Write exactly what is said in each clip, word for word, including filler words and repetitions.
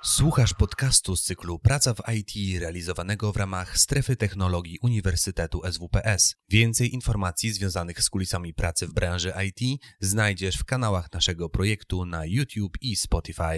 Słuchasz podcastu z cyklu Praca w I T realizowanego w ramach Strefy Technologii Uniwersytetu S W P S. Więcej informacji związanych z kulisami pracy w branży I T znajdziesz w kanałach naszego projektu na YouTube i Spotify.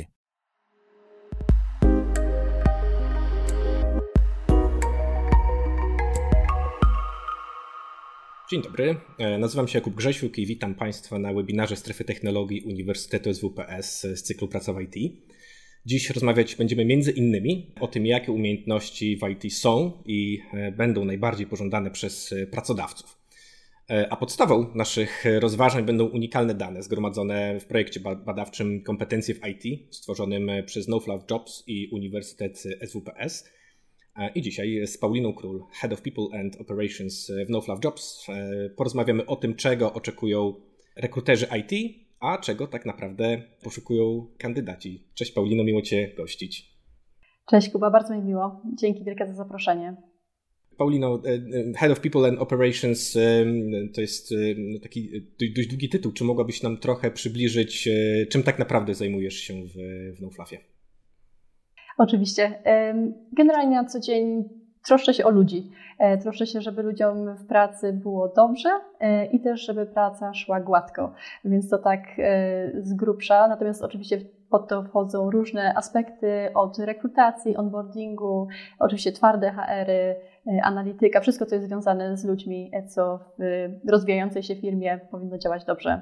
Dzień dobry, nazywam się Jakub Grzesiuk i witam Państwa na webinarze Strefy Technologii Uniwersytetu S W P S z cyklu Praca w I T. Dziś rozmawiać będziemy między innymi o tym, jakie umiejętności w I T są i będą najbardziej pożądane przez pracodawców. A podstawą naszych rozważań będą unikalne dane zgromadzone w projekcie badawczym Kompetencje w I T, stworzonym przez No Fluff Jobs i Uniwersytet S W P S. I dzisiaj z Pauliną Król, Head of People and Operations w No Fluff Jobs, porozmawiamy o tym, czego oczekują rekruterzy I T, a czego tak naprawdę poszukują kandydaci. Cześć Paulino, miło Cię gościć. Cześć Kuba, bardzo mi miło. Dzięki wielkie za zaproszenie. Paulino, Head of People and Operations to jest taki dość długi tytuł. Czy mogłabyś nam trochę przybliżyć, czym tak naprawdę zajmujesz się w, w No Fluffie? Oczywiście. Generalnie na co dzień troszczę się o ludzi. Troszczę się, żeby ludziom w pracy było dobrze i też, żeby praca szła gładko. Więc to tak z grubsza. Natomiast oczywiście pod to wchodzą różne aspekty od rekrutacji, onboardingu, oczywiście twarde H R-y, analityka, wszystko co jest związane z ludźmi, co w rozwijającej się firmie powinno działać dobrze.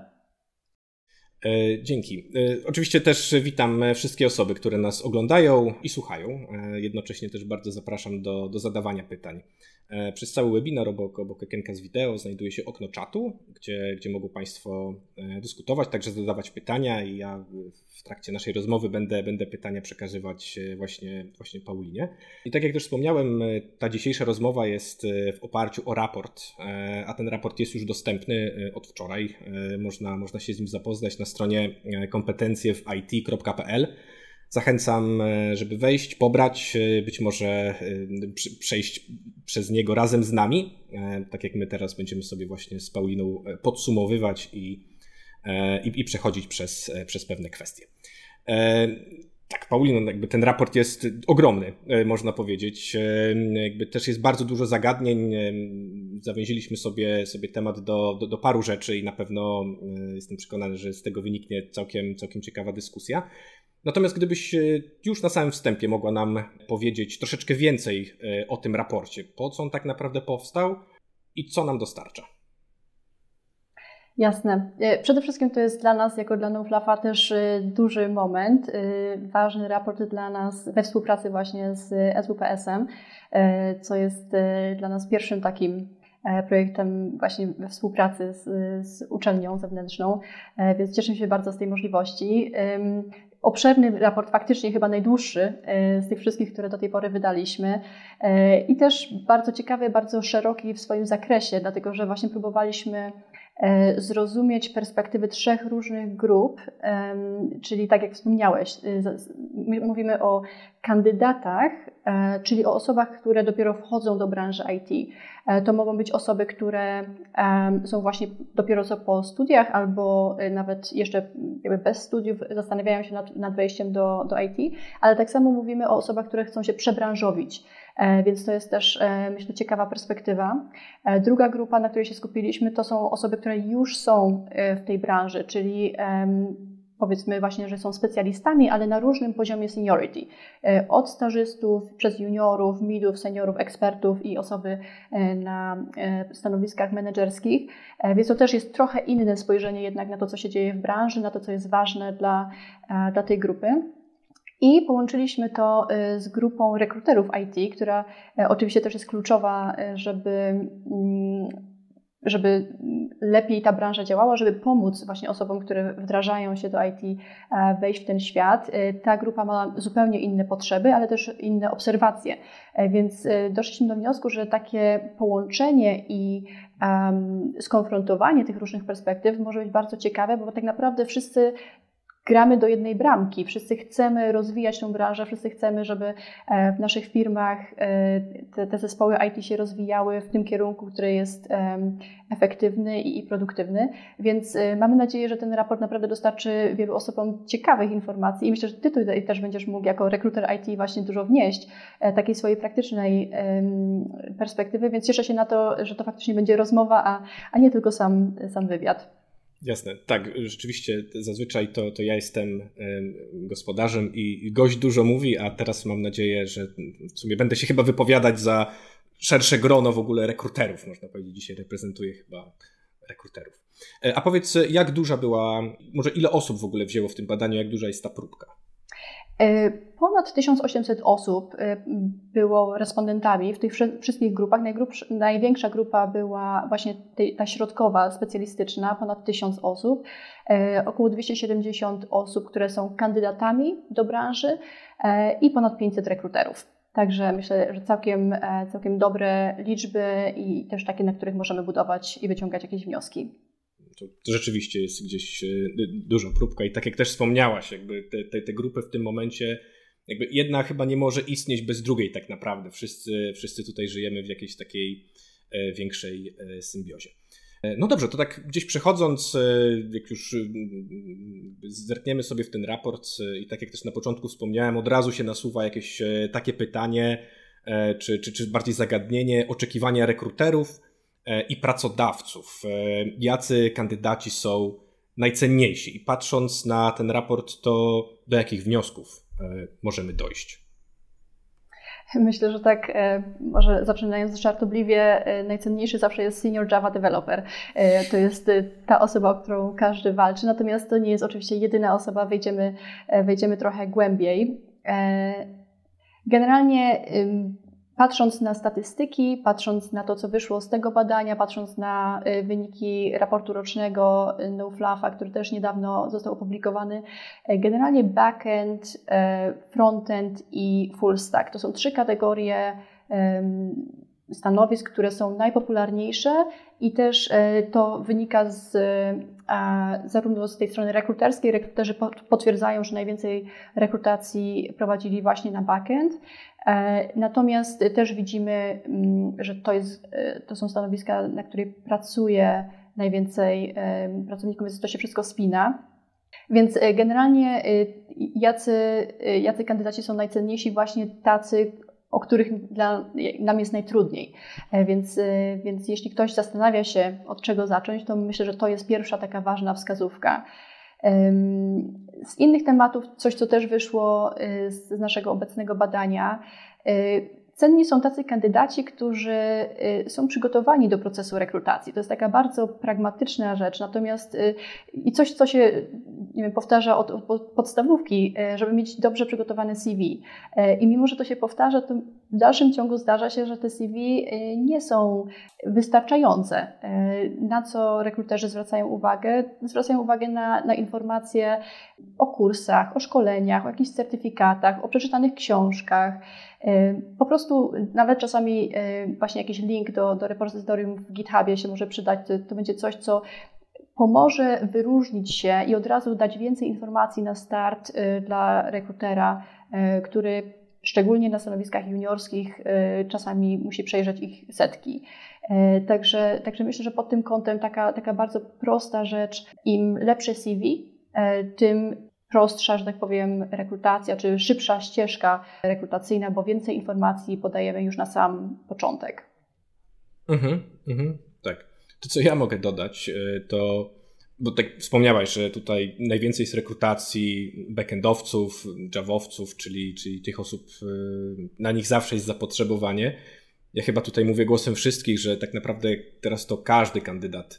Dzięki. Oczywiście też witam wszystkie osoby, które nas oglądają i słuchają. Jednocześnie też bardzo zapraszam do, do zadawania pytań. Przez cały webinar obok, obok okienka z wideo znajduje się okno czatu, gdzie, gdzie mogą Państwo dyskutować, także zadawać pytania i ja w trakcie naszej rozmowy będę, będę pytania przekazywać właśnie, właśnie Paulinie. I tak jak też wspomniałem, ta dzisiejsza rozmowa jest w oparciu o raport, a ten raport jest już dostępny od wczoraj. Można, można się z nim zapoznać na stronie kompetencje w I T kropka p l. Zachęcam, żeby wejść, pobrać, być może przejść przez niego razem z nami, tak jak my teraz będziemy sobie właśnie z Pauliną podsumowywać i, i, i przechodzić przez, przez pewne kwestie. Tak, Paulino, jakby ten raport jest ogromny, można powiedzieć. Jakby też jest bardzo dużo zagadnień. Zawięziliśmy sobie, sobie temat do, do, do paru rzeczy i na pewno jestem przekonany, że z tego wyniknie całkiem, całkiem ciekawa dyskusja. Natomiast gdybyś już na samym wstępie mogła nam powiedzieć troszeczkę więcej o tym raporcie, po co on tak naprawdę powstał i co nam dostarcza? Jasne. Przede wszystkim to jest dla nas, jako dla No Fluffa, też duży moment, ważny raport dla nas we współpracy właśnie z S W P S-em, co jest dla nas pierwszym takim projektem właśnie we współpracy z, z uczelnią zewnętrzną, więc cieszę się bardzo z tej możliwości. Obszerny raport, faktycznie chyba najdłuższy z tych wszystkich, które do tej pory wydaliśmy i też bardzo ciekawy, bardzo szeroki w swoim zakresie, dlatego że właśnie próbowaliśmy zrozumieć perspektywy trzech różnych grup, czyli tak jak wspomniałeś, mówimy o kandydatach, czyli o osobach, które dopiero wchodzą do branży I T. To mogą być osoby, które są właśnie dopiero co po studiach albo nawet jeszcze jakby bez studiów zastanawiają się nad, nad wejściem do, do I T, ale tak samo mówimy o osobach, które chcą się przebranżowić. Więc to jest też, myślę, ciekawa perspektywa. Druga grupa, na której się skupiliśmy, to są osoby, które już są w tej branży, czyli powiedzmy właśnie, że są specjalistami, ale na różnym poziomie seniority. Od stażystów, przez juniorów, midów, seniorów, ekspertów i osoby na stanowiskach menedżerskich. Więc to też jest trochę inne spojrzenie jednak na to, co się dzieje w branży, na to, co jest ważne dla, dla tej grupy. I połączyliśmy to z grupą rekruterów I T, która oczywiście też jest kluczowa, żeby, żeby lepiej ta branża działała, żeby pomóc właśnie osobom, które wdrażają się do I T, wejść w ten świat. Ta grupa ma zupełnie inne potrzeby, ale też inne obserwacje. Więc doszliśmy do wniosku, że takie połączenie i um, skonfrontowanie tych różnych perspektyw może być bardzo ciekawe, bo tak naprawdę wszyscy gramy do jednej bramki. Wszyscy chcemy rozwijać tę branżę, wszyscy chcemy, żeby w naszych firmach te, te zespoły I T się rozwijały w tym kierunku, który jest efektywny i produktywny. Więc mamy nadzieję, że ten raport naprawdę dostarczy wielu osobom ciekawych informacji i myślę, że Ty tutaj też będziesz mógł jako rekruter I T właśnie dużo wnieść takiej swojej praktycznej perspektywy, więc cieszę się na to, że to faktycznie będzie rozmowa, a, a nie tylko sam, sam wywiad. Jasne, tak, rzeczywiście zazwyczaj to, to ja jestem gospodarzem i gość dużo mówi, a teraz mam nadzieję, że w sumie będę się chyba wypowiadać za szersze grono w ogóle rekruterów, można powiedzieć, dzisiaj reprezentuję chyba rekruterów. A powiedz, jak duża była, może ile osób w ogóle wzięło w tym badaniu, jak duża jest ta próbka? Ponad tysiąc osiemset osób było respondentami w tych wszystkich grupach. Największa grupa była właśnie ta środkowa, specjalistyczna, ponad tysiąc osób. Około dwieście siedemdziesiąt osób, które są kandydatami do branży i ponad pięćset rekruterów. Także myślę, że całkiem, całkiem dobre liczby i też takie, na których możemy budować i wyciągać jakieś wnioski. To, to rzeczywiście jest gdzieś duża próbka i tak jak też wspomniałaś, jakby te, te, te grupy w tym momencie, jakby jedna chyba nie może istnieć bez drugiej tak naprawdę. Wszyscy, wszyscy tutaj żyjemy w jakiejś takiej e, większej e, symbiozie. E, no dobrze, to tak gdzieś przechodząc, e, jak już e, zerkniemy sobie w ten raport e, i tak jak też na początku wspomniałem, od razu się nasuwa jakieś e, takie pytanie, e, czy, czy, czy bardziej zagadnienie, oczekiwania rekruterów i pracodawców. Jacy kandydaci są najcenniejsi? I patrząc na ten raport, to do jakich wniosków możemy dojść? Myślę, że tak, może zaczynając żartobliwie, najcenniejszy zawsze jest Senior Java Developer. To jest ta osoba, o którą każdy walczy, natomiast to nie jest oczywiście jedyna osoba, wejdziemy, wejdziemy trochę głębiej. Generalnie patrząc na statystyki, patrząc na to, co wyszło z tego badania, patrząc na wyniki raportu rocznego NoFluff'a, który też niedawno został opublikowany, generalnie backend, frontend i full stack to są trzy kategorie stanowisk, które są najpopularniejsze i też to wynika z, zarówno z tej strony rekruterskiej. Rekruterzy potwierdzają, że najwięcej rekrutacji prowadzili właśnie na backend. Natomiast też widzimy, że to, jest, to są stanowiska, na których pracuje najwięcej pracowników, więc to się wszystko spina. Więc generalnie jacy, jacy kandydaci są najcenniejsi? Właśnie tacy, o których dla, nam jest najtrudniej. Więc, więc jeśli ktoś zastanawia się, od czego zacząć, to myślę, że to jest pierwsza taka ważna wskazówka. Z innych tematów, coś co też wyszło z naszego obecnego badania, cenni są tacy kandydaci, którzy są przygotowani do procesu rekrutacji. To jest taka bardzo pragmatyczna rzecz, natomiast i coś, co się nie wiem, powtarza od, od podstawówki, żeby mieć dobrze przygotowane C V. I mimo, że to się powtarza, to w dalszym ciągu zdarza się, że te C V nie są wystarczające. Na co rekruterzy zwracają uwagę? Zwracają uwagę na, na informacje o kursach, o szkoleniach, o jakichś certyfikatach, o przeczytanych książkach. Po prostu nawet czasami właśnie jakiś link do, do repozytorium w GitHubie się może przydać. To, to będzie coś, co pomoże wyróżnić się i od razu dać więcej informacji na start dla rekrutera, który szczególnie na stanowiskach juniorskich czasami musi przejrzeć ich setki. Także, także myślę, że pod tym kątem taka, taka bardzo prosta rzecz, im lepsze C V, tym prostsza, że tak powiem, rekrutacja, czy szybsza ścieżka rekrutacyjna, bo więcej informacji podajemy już na sam początek. Mhm, mhm, tak. To, co ja mogę dodać, to, bo tak wspomniałaś, że tutaj najwięcej jest rekrutacji backendowców, javowców, czyli, czyli tych osób, na nich zawsze jest zapotrzebowanie. Ja chyba tutaj mówię głosem wszystkich, że tak naprawdę teraz to każdy kandydat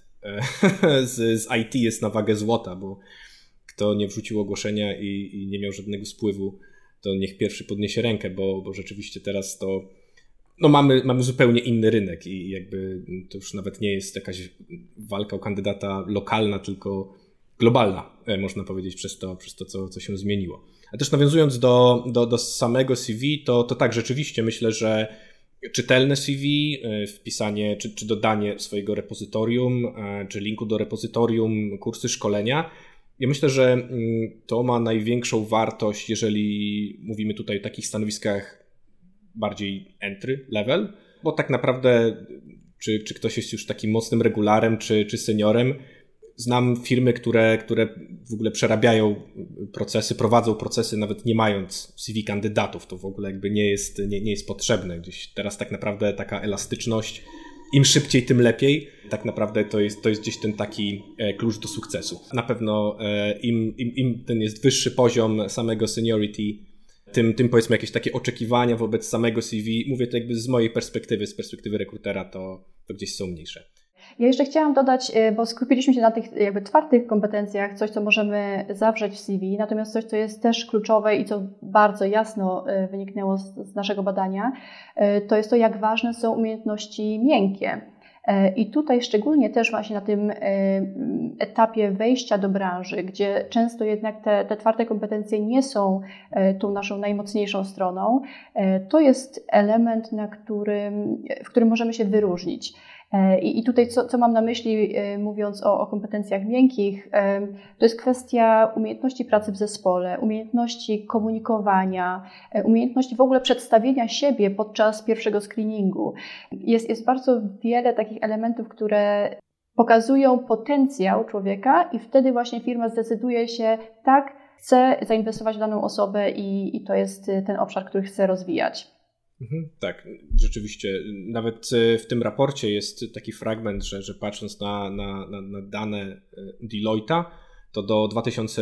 z, z I T jest na wagę złota, bo kto nie wrzucił ogłoszenia i, i nie miał żadnego spływu, to niech pierwszy podniesie rękę, bo, bo rzeczywiście teraz to no mamy, mamy zupełnie inny rynek i jakby to już nawet nie jest jakaś walka o kandydata lokalna, tylko globalna, można powiedzieć, przez to, przez to co, co się zmieniło. A też nawiązując do, do, do samego C V, to, to tak, rzeczywiście myślę, że czytelne C V, wpisanie czy, czy dodanie swojego repozytorium, czy linku do repozytorium, kursy, szkolenia, Ja myślę, że to ma największą wartość, jeżeli mówimy tutaj o takich stanowiskach bardziej entry level, bo tak naprawdę czy, czy ktoś jest już takim mocnym regularem, czy, czy seniorem, znam firmy, które, które w ogóle przerabiają procesy, prowadzą procesy nawet nie mając C V kandydatów. To w ogóle jakby nie jest, nie, nie jest potrzebne. Gdzieś teraz tak naprawdę taka elastyczność, im szybciej, tym lepiej. Tak naprawdę to jest, to jest gdzieś ten taki klucz do sukcesu. Na pewno im, im, im ten jest wyższy poziom samego seniority, tym, tym powiedzmy jakieś takie oczekiwania wobec samego C V, mówię to jakby z mojej perspektywy, z perspektywy rekrutera, to, to gdzieś są mniejsze. Ja jeszcze chciałam dodać, bo skupiliśmy się na tych jakby twardych kompetencjach, coś, co możemy zawrzeć w C V, natomiast coś, co jest też kluczowe i co bardzo jasno wyniknęło z, z naszego badania, to jest to, jak ważne są umiejętności miękkie. I tutaj szczególnie też właśnie na tym etapie wejścia do branży, gdzie często jednak te, te twarde kompetencje nie są tą naszą najmocniejszą stroną, to jest element, na którym, w którym możemy się wyróżnić. I, i tutaj co, co mam na myśli, mówiąc o, o kompetencjach miękkich, to jest kwestia umiejętności pracy w zespole, umiejętności komunikowania, umiejętności w ogóle przedstawienia siebie podczas pierwszego screeningu. Jest, jest bardzo wiele takich elementów, które pokazują potencjał człowieka i wtedy właśnie firma zdecyduje się, tak, chce zainwestować w daną osobę i, i to jest ten obszar, który chce rozwijać. Mhm, tak, rzeczywiście. Nawet w tym raporcie jest taki fragment, że, że patrząc na, na, na, na dane Deloitte'a, to do dwa tysiące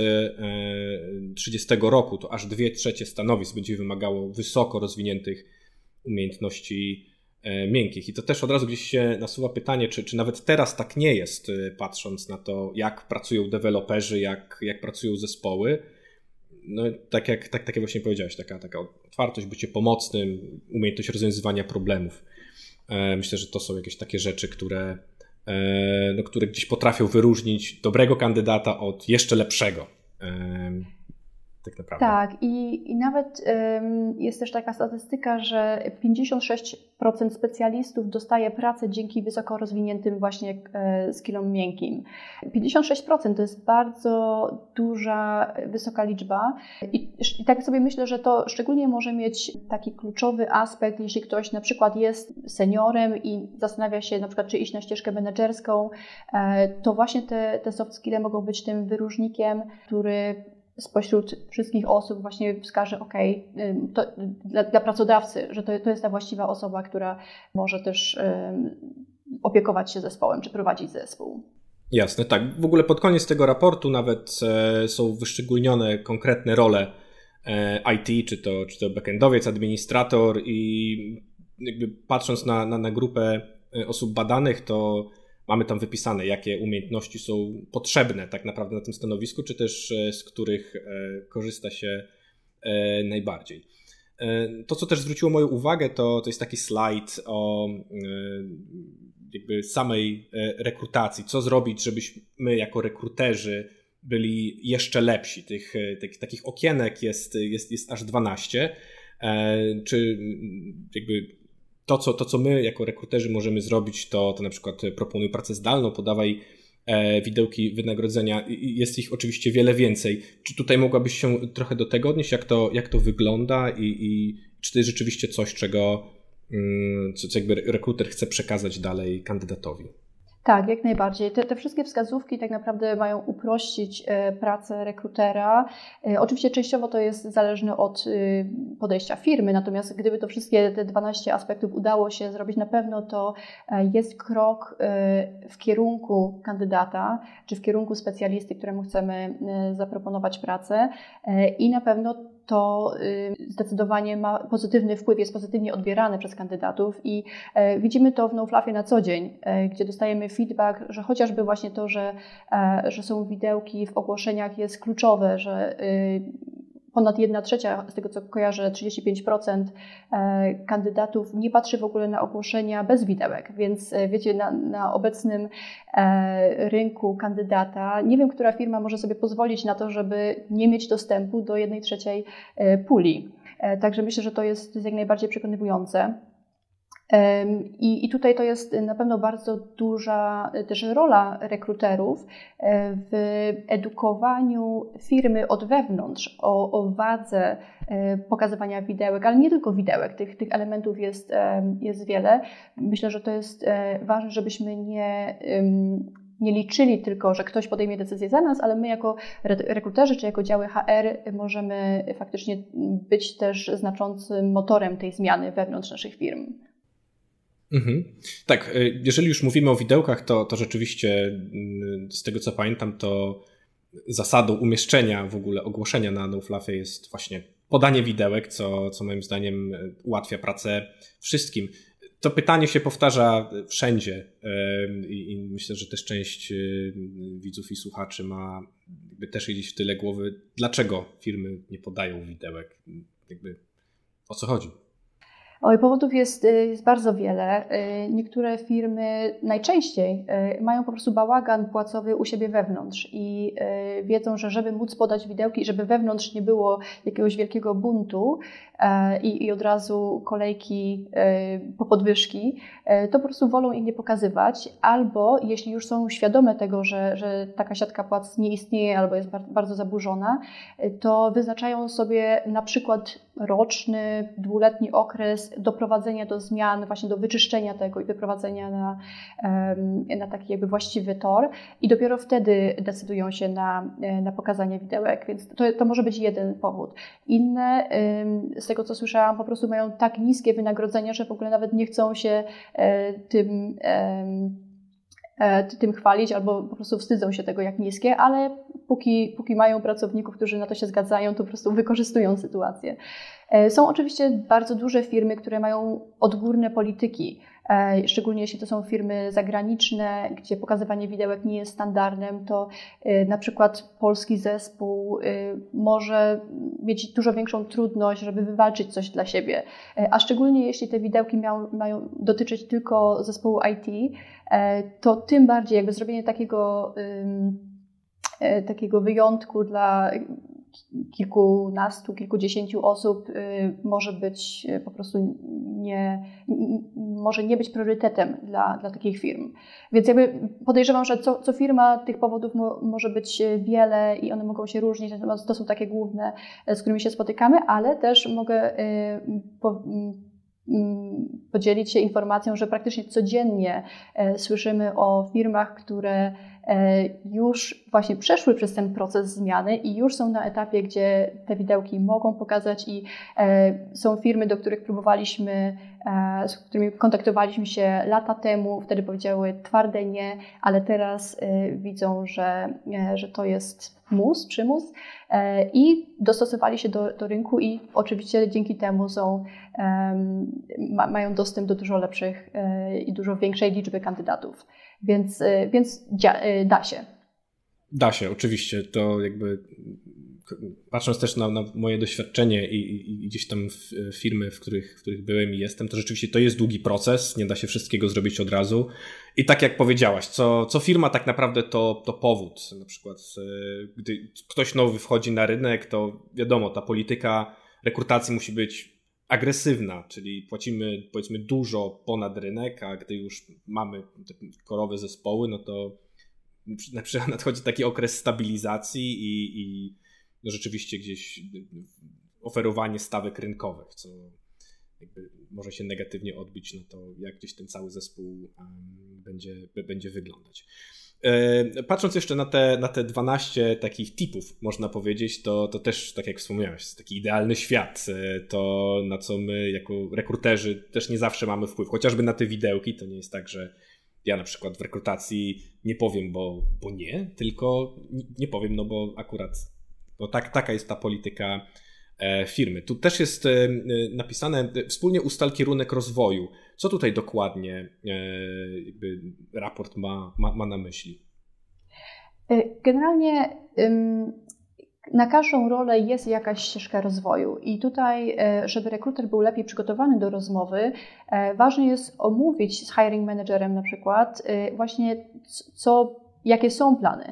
trzydziestego roku to aż dwie trzecie stanowisk będzie wymagało wysoko rozwiniętych umiejętności miękkich. I to też od razu gdzieś się nasuwa pytanie, czy, czy nawet teraz tak nie jest, patrząc na to, jak pracują deweloperzy, jak, jak pracują zespoły. No, tak jak, tak, tak jak właśnie powiedziałeś, taka, taka otwartość, bycie pomocnym, umiejętność rozwiązywania problemów. E, myślę, że to są jakieś takie rzeczy, które, e, no, które gdzieś potrafią wyróżnić dobrego kandydata od jeszcze lepszego. E, tak naprawdę. Tak, i, i nawet ym, jest też taka statystyka, że pięćdziesiąt sześć procent specjalistów dostaje pracę dzięki wysoko rozwiniętym właśnie e, skillom miękkim. pięćdziesiąt sześć procent to jest bardzo duża, wysoka liczba i, i tak sobie myślę, że to szczególnie może mieć taki kluczowy aspekt, jeśli ktoś na przykład jest seniorem i zastanawia się na przykład, czy iść na ścieżkę menedżerską, e, to właśnie te, te soft skille mogą być tym wyróżnikiem, który spośród wszystkich osób właśnie wskaże, ok, to dla, dla pracodawcy, że to, to jest ta właściwa osoba, która może też um, opiekować się zespołem, czy prowadzić zespół. Jasne, tak. W ogóle pod koniec tego raportu nawet e, są wyszczególnione konkretne role e, I T, czy to, czy to backendowiec, administrator i jakby patrząc na, na, na grupę osób badanych, to mamy tam wypisane, jakie umiejętności są potrzebne tak naprawdę na tym stanowisku, czy też z których korzysta się najbardziej. To, co też zwróciło moją uwagę, to, to jest taki slajd o jakby samej rekrutacji. Co zrobić, żebyśmy jako rekruterzy byli jeszcze lepsi. Tych, tych takich okienek jest, jest, jest aż dwanaście. Czy jakby To co, to, co my jako rekruterzy możemy zrobić, to, to na przykład proponuj pracę zdalną, podawaj e, widełki wynagrodzenia. I jest ich oczywiście wiele więcej. Czy tutaj mogłabyś się trochę do tego odnieść, jak to, jak to wygląda i, i czy to jest rzeczywiście coś, czego mm, co, co jakby rekruter chce przekazać dalej kandydatowi? Tak, jak najbardziej. Te, te wszystkie wskazówki tak naprawdę mają uprościć pracę rekrutera. Oczywiście częściowo to jest zależne od podejścia firmy, natomiast gdyby to wszystkie te dwanaście aspektów udało się zrobić, na pewno to jest krok w kierunku kandydata, czy w kierunku specjalisty, któremu chcemy zaproponować pracę i na pewno to zdecydowanie ma pozytywny wpływ, jest pozytywnie odbierane przez kandydatów i widzimy to w NoFluffie na co dzień, gdzie dostajemy feedback, że chociażby właśnie to, że, że są widełki w ogłoszeniach jest kluczowe, że ponad jedna trzecia, z tego co kojarzę, trzydzieści pięć procent kandydatów nie patrzy w ogóle na ogłoszenia bez widełek, więc wiecie, na, na obecnym rynku kandydata nie wiem, która firma może sobie pozwolić na to, żeby nie mieć dostępu do jednej trzeciej puli. Także myślę, że to jest, to jest jak najbardziej przekonywujące. I, I tutaj to jest na pewno bardzo duża też rola rekruterów w edukowaniu firmy od wewnątrz o, o wadze pokazywania widełek, ale nie tylko widełek, tych, tych elementów jest, jest wiele. Myślę, że to jest ważne, żebyśmy nie, nie liczyli tylko, że ktoś podejmie decyzję za nas, ale my jako rekruterzy czy jako działy H R możemy faktycznie być też znaczącym motorem tej zmiany wewnątrz naszych firm. Mhm. Tak, jeżeli już mówimy o widełkach, to, to rzeczywiście z tego co pamiętam, to zasadą umieszczenia w ogóle ogłoszenia na NoFluffie jest właśnie podanie widełek, co, co moim zdaniem ułatwia pracę wszystkim. To pytanie się powtarza wszędzie i, i myślę, że też część widzów i słuchaczy ma jakby też gdzieś w tyle głowy, dlaczego firmy nie podają widełek, jakby o co chodzi. Oj, powodów jest, jest bardzo wiele. Niektóre firmy najczęściej mają po prostu bałagan płacowy u siebie wewnątrz i wiedzą, że żeby móc podać widełki, żeby wewnątrz nie było jakiegoś wielkiego buntu i, i od razu kolejki po podwyżki, to po prostu wolą ich nie pokazywać, albo jeśli już są świadome tego, że, że taka siatka płac nie istnieje albo jest bardzo zaburzona, to wyznaczają sobie na przykład roczny, dwuletni okres doprowadzenia do zmian, właśnie do wyczyszczenia tego i wyprowadzenia na, na taki jakby właściwy tor i dopiero wtedy decydują się na, na pokazanie widełek, więc to, to może być jeden powód. Inne, z tego co słyszałam, po prostu mają tak niskie wynagrodzenia, że w ogóle nawet nie chcą się tym tym chwalić albo po prostu wstydzą się tego, jak niskie, ale póki, póki mają pracowników, którzy na to się zgadzają, to po prostu wykorzystują sytuację. Są oczywiście bardzo duże firmy, które mają odgórne polityki, szczególnie jeśli to są firmy zagraniczne, gdzie pokazywanie widełek nie jest standardem, to na przykład polski zespół może mieć dużo większą trudność, żeby wywalczyć coś dla siebie, a szczególnie jeśli te widełki miał, mają dotyczyć tylko zespołu I T, to tym bardziej jakby zrobienie takiego, takiego wyjątku dla kilkunastu, kilkudziesięciu osób może być po prostu nie, może nie być priorytetem dla, dla takich firm. Więc jakby podejrzewam, że co, co firma tych powodów mo, może być wiele i one mogą się różnić, natomiast to są takie główne, z którymi się spotykamy, ale też mogę po, podzielić się informacją, że praktycznie codziennie słyszymy o firmach, które już właśnie przeszły przez ten proces zmiany i już są na etapie, gdzie te widełki mogą pokazać i są firmy, do których próbowaliśmy, z którymi kontaktowaliśmy się lata temu, wtedy powiedziały twarde nie, ale teraz widzą, że, że to jest mus, przymus i dostosowali się do, do rynku i oczywiście dzięki temu są, ma, mają dostęp do dużo lepszych i dużo większej liczby kandydatów. Więc, więc dzia, da się. Da się, oczywiście. To jakby patrząc też na, na moje doświadczenie i, i, i gdzieś tam w firmy, w których, w których byłem i jestem, to rzeczywiście to jest długi proces, nie da się wszystkiego zrobić od razu. I tak jak powiedziałaś, co, co firma tak naprawdę to, to powód. Na przykład gdy ktoś nowy wchodzi na rynek, to wiadomo, ta polityka rekrutacji musi być agresywna, czyli płacimy powiedzmy dużo ponad rynek, a gdy już mamy te korowe zespoły, no to na przykład nadchodzi taki okres stabilizacji i, i no rzeczywiście gdzieś oferowanie stawek rynkowych, co jakby może się negatywnie odbić na to, jak gdzieś ten cały zespół um, będzie, będzie wyglądać. E, patrząc jeszcze na te, na te dwanaście takich tipów, można powiedzieć, to, to też, tak jak wspomniałeś, jest taki idealny świat, to na co my jako rekruterzy też nie zawsze mamy wpływ, chociażby na te widełki, to nie jest tak, że ja na przykład w rekrutacji nie powiem, bo, bo nie, tylko nie powiem, no bo akurat no tak, taka jest ta polityka e, firmy. Tu też jest e, napisane, wspólnie ustal kierunek rozwoju. Co tutaj dokładnie e, jakby raport ma, ma, ma na myśli? Generalnie ym, na każdą rolę jest jakaś ścieżka rozwoju i tutaj, żeby rekruter był lepiej przygotowany do rozmowy, ważne jest omówić z hiring managerem na przykład właśnie co, jakie są plany.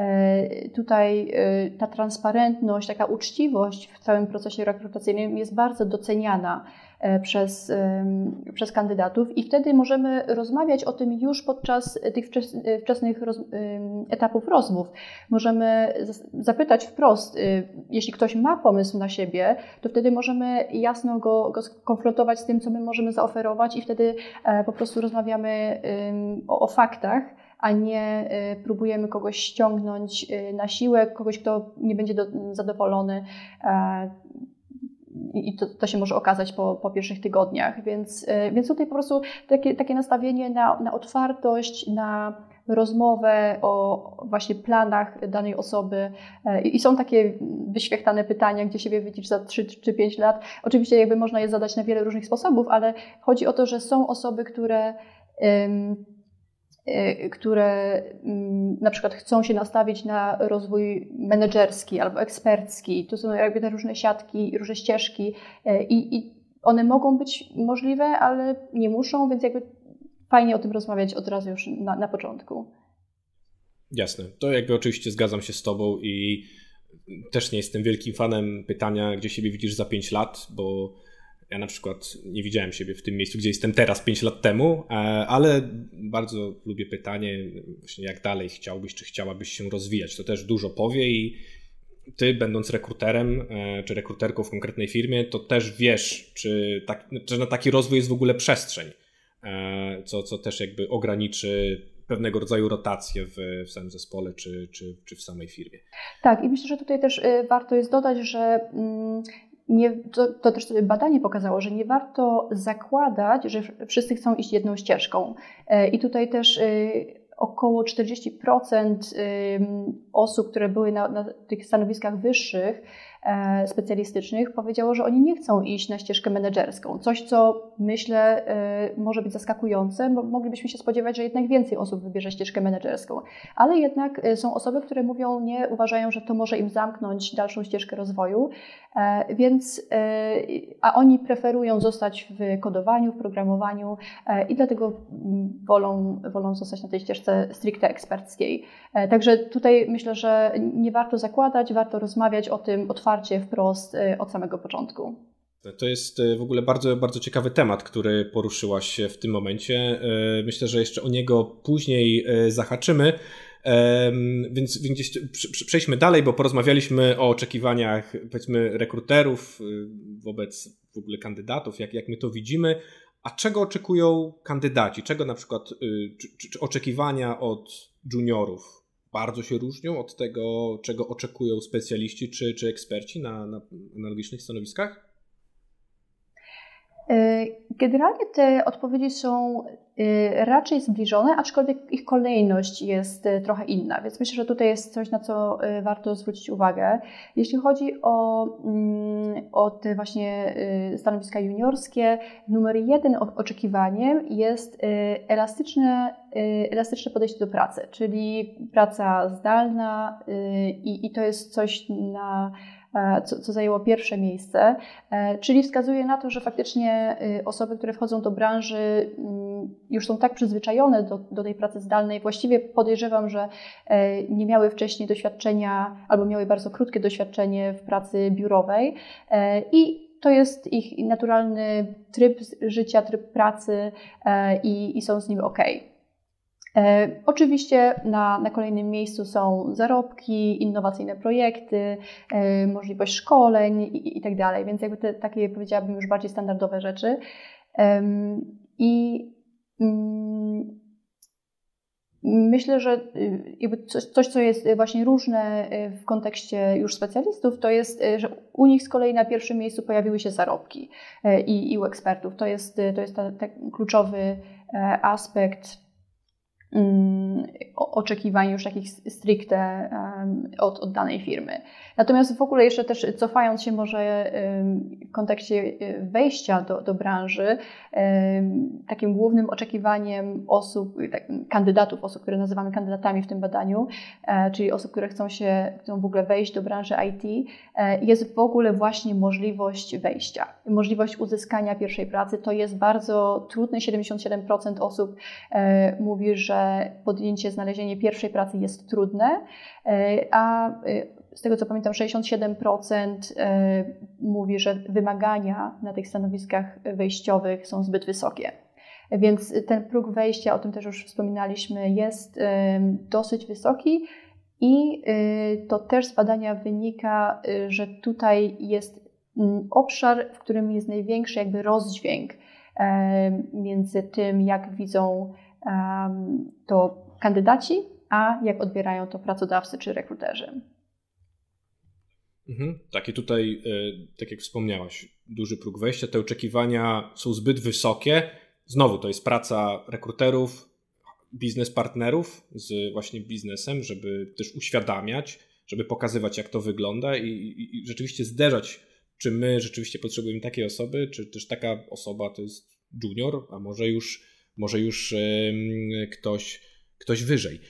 Tutaj ta transparentność, taka uczciwość w całym procesie rekrutacyjnym jest bardzo doceniana przez, przez kandydatów i wtedy możemy rozmawiać o tym już podczas tych wczesnych roz, etapów rozmów. Możemy zapytać wprost, jeśli ktoś ma pomysł na siebie, to wtedy możemy jasno go, go skonfrontować z tym, co my możemy zaoferować i wtedy po prostu rozmawiamy o, o faktach, a nie próbujemy kogoś ściągnąć na siłę, kogoś, kto nie będzie do, zadowolony. I to, to się może okazać po, po pierwszych tygodniach. Więc, więc tutaj po prostu takie, takie nastawienie na, na otwartość, na rozmowę o właśnie planach danej osoby. I, i są takie wyświechtane pytania, gdzie siebie widzisz za trzy czy pięć lat. Oczywiście jakby można je zadać na wiele różnych sposobów, ale chodzi o to, że są osoby, które um, które na przykład chcą się nastawić na rozwój menedżerski albo ekspercki. To są jakby te różne siatki, różne ścieżki i, i one mogą być możliwe, ale nie muszą, więc jakby fajnie o tym rozmawiać od razu już na, na początku. Jasne. To jakby oczywiście zgadzam się z Tobą i też nie jestem wielkim fanem pytania, gdzie siebie widzisz za pięć lat, bo ja na przykład nie widziałem siebie w tym miejscu, gdzie jestem teraz pięć lat temu, ale bardzo lubię pytanie, właśnie jak dalej chciałbyś, czy chciałabyś się rozwijać. To też dużo powie i ty, będąc rekruterem, czy rekruterką w konkretnej firmie, to też wiesz, czy, tak, czy na taki rozwój jest w ogóle przestrzeń, co, co też jakby ograniczy pewnego rodzaju rotację w, w samym zespole, czy, czy, czy w samej firmie. Tak, i myślę, że tutaj też warto jest dodać, że Nie, to, to też sobie badanie pokazało, że nie warto zakładać, że wszyscy chcą iść jedną ścieżką. I tutaj też około czterdzieści procent osób, które były na, na tych stanowiskach wyższych, specjalistycznych, powiedziało, że oni nie chcą iść na ścieżkę menedżerską. Coś, co myślę może być zaskakujące, bo moglibyśmy się spodziewać, że jednak więcej osób wybierze ścieżkę menedżerską. Ale jednak są osoby, które mówią nie, uważają, że to może im zamknąć dalszą ścieżkę rozwoju, więc a oni preferują zostać w kodowaniu, w programowaniu i dlatego wolą, wolą zostać na tej ścieżce stricte eksperckiej. Także tutaj myślę, że nie warto zakładać, warto rozmawiać o tym otwarcie, wprost od samego początku. To jest w ogóle bardzo, bardzo ciekawy temat, który poruszyłaś w tym momencie. Myślę, że jeszcze o niego później zahaczymy. Więc, więc przejdźmy dalej, bo porozmawialiśmy o oczekiwaniach, powiedzmy, rekruterów wobec w ogóle kandydatów, jak, jak my to widzimy. A czego oczekują kandydaci? Czego na przykład czy, czy, czy oczekiwania od juniorów bardzo się różnią od tego, czego oczekują specjaliści czy, czy eksperci na, na analogicznych stanowiskach? Generalnie te odpowiedzi są raczej zbliżone, aczkolwiek ich kolejność jest trochę inna, więc myślę, że tutaj jest coś, na co warto zwrócić uwagę. Jeśli chodzi o, o te właśnie stanowiska juniorskie, numer jeden oczekiwaniem jest elastyczne, elastyczne podejście do pracy, czyli praca zdalna i, i to jest coś na Co, co zajęło pierwsze miejsce, czyli wskazuje na to, że faktycznie osoby, które wchodzą do branży, już są tak przyzwyczajone do, do tej pracy zdalnej, właściwie podejrzewam, że nie miały wcześniej doświadczenia albo miały bardzo krótkie doświadczenie w pracy biurowej i to jest ich naturalny tryb życia, tryb pracy i, i są z nim ok. E, oczywiście na, na kolejnym miejscu są zarobki, innowacyjne projekty, e, możliwość szkoleń i, i tak dalej, więc jakby te takie, powiedziałabym, już bardziej standardowe rzeczy. E, I mm, myślę, że jakby coś, coś, co jest właśnie różne w kontekście już specjalistów, to jest, że u nich z kolei na pierwszym miejscu pojawiły się zarobki i, i u ekspertów. To jest, to jest ten kluczowy aspekt oczekiwań już takich stricte od, od danej firmy. Natomiast w ogóle jeszcze też cofając się może w kontekście wejścia do, do branży, takim głównym oczekiwaniem osób, kandydatów, osób, które nazywamy kandydatami w tym badaniu, czyli osób, które chcą się, chcą w ogóle wejść do branży I T, jest w ogóle właśnie możliwość wejścia. Możliwość uzyskania pierwszej pracy to jest bardzo trudne. siedemdziesiąt siedem procent osób mówi, że podjęcie, znalezienie pierwszej pracy jest trudne, a z tego co pamiętam, sześćdziesiąt siedem procent mówi, że wymagania na tych stanowiskach wejściowych są zbyt wysokie. Więc ten próg wejścia, o tym też już wspominaliśmy, jest dosyć wysoki i to też z badania wynika, że tutaj jest obszar, w którym jest największy jakby rozdźwięk między tym, jak widzą to kandydaci, a jak odbierają to pracodawcy czy rekruterzy. Mhm. Tak, i tutaj, tak jak wspomniałaś, duży próg wejścia, te oczekiwania są zbyt wysokie. Znowu to jest praca rekruterów, biznes partnerów z właśnie biznesem, żeby też uświadamiać, żeby pokazywać, jak to wygląda i, i, i rzeczywiście zderzać, czy my rzeczywiście potrzebujemy takiej osoby, czy też taka osoba to jest junior, a może już, może już um, ktoś, ktoś wyżej.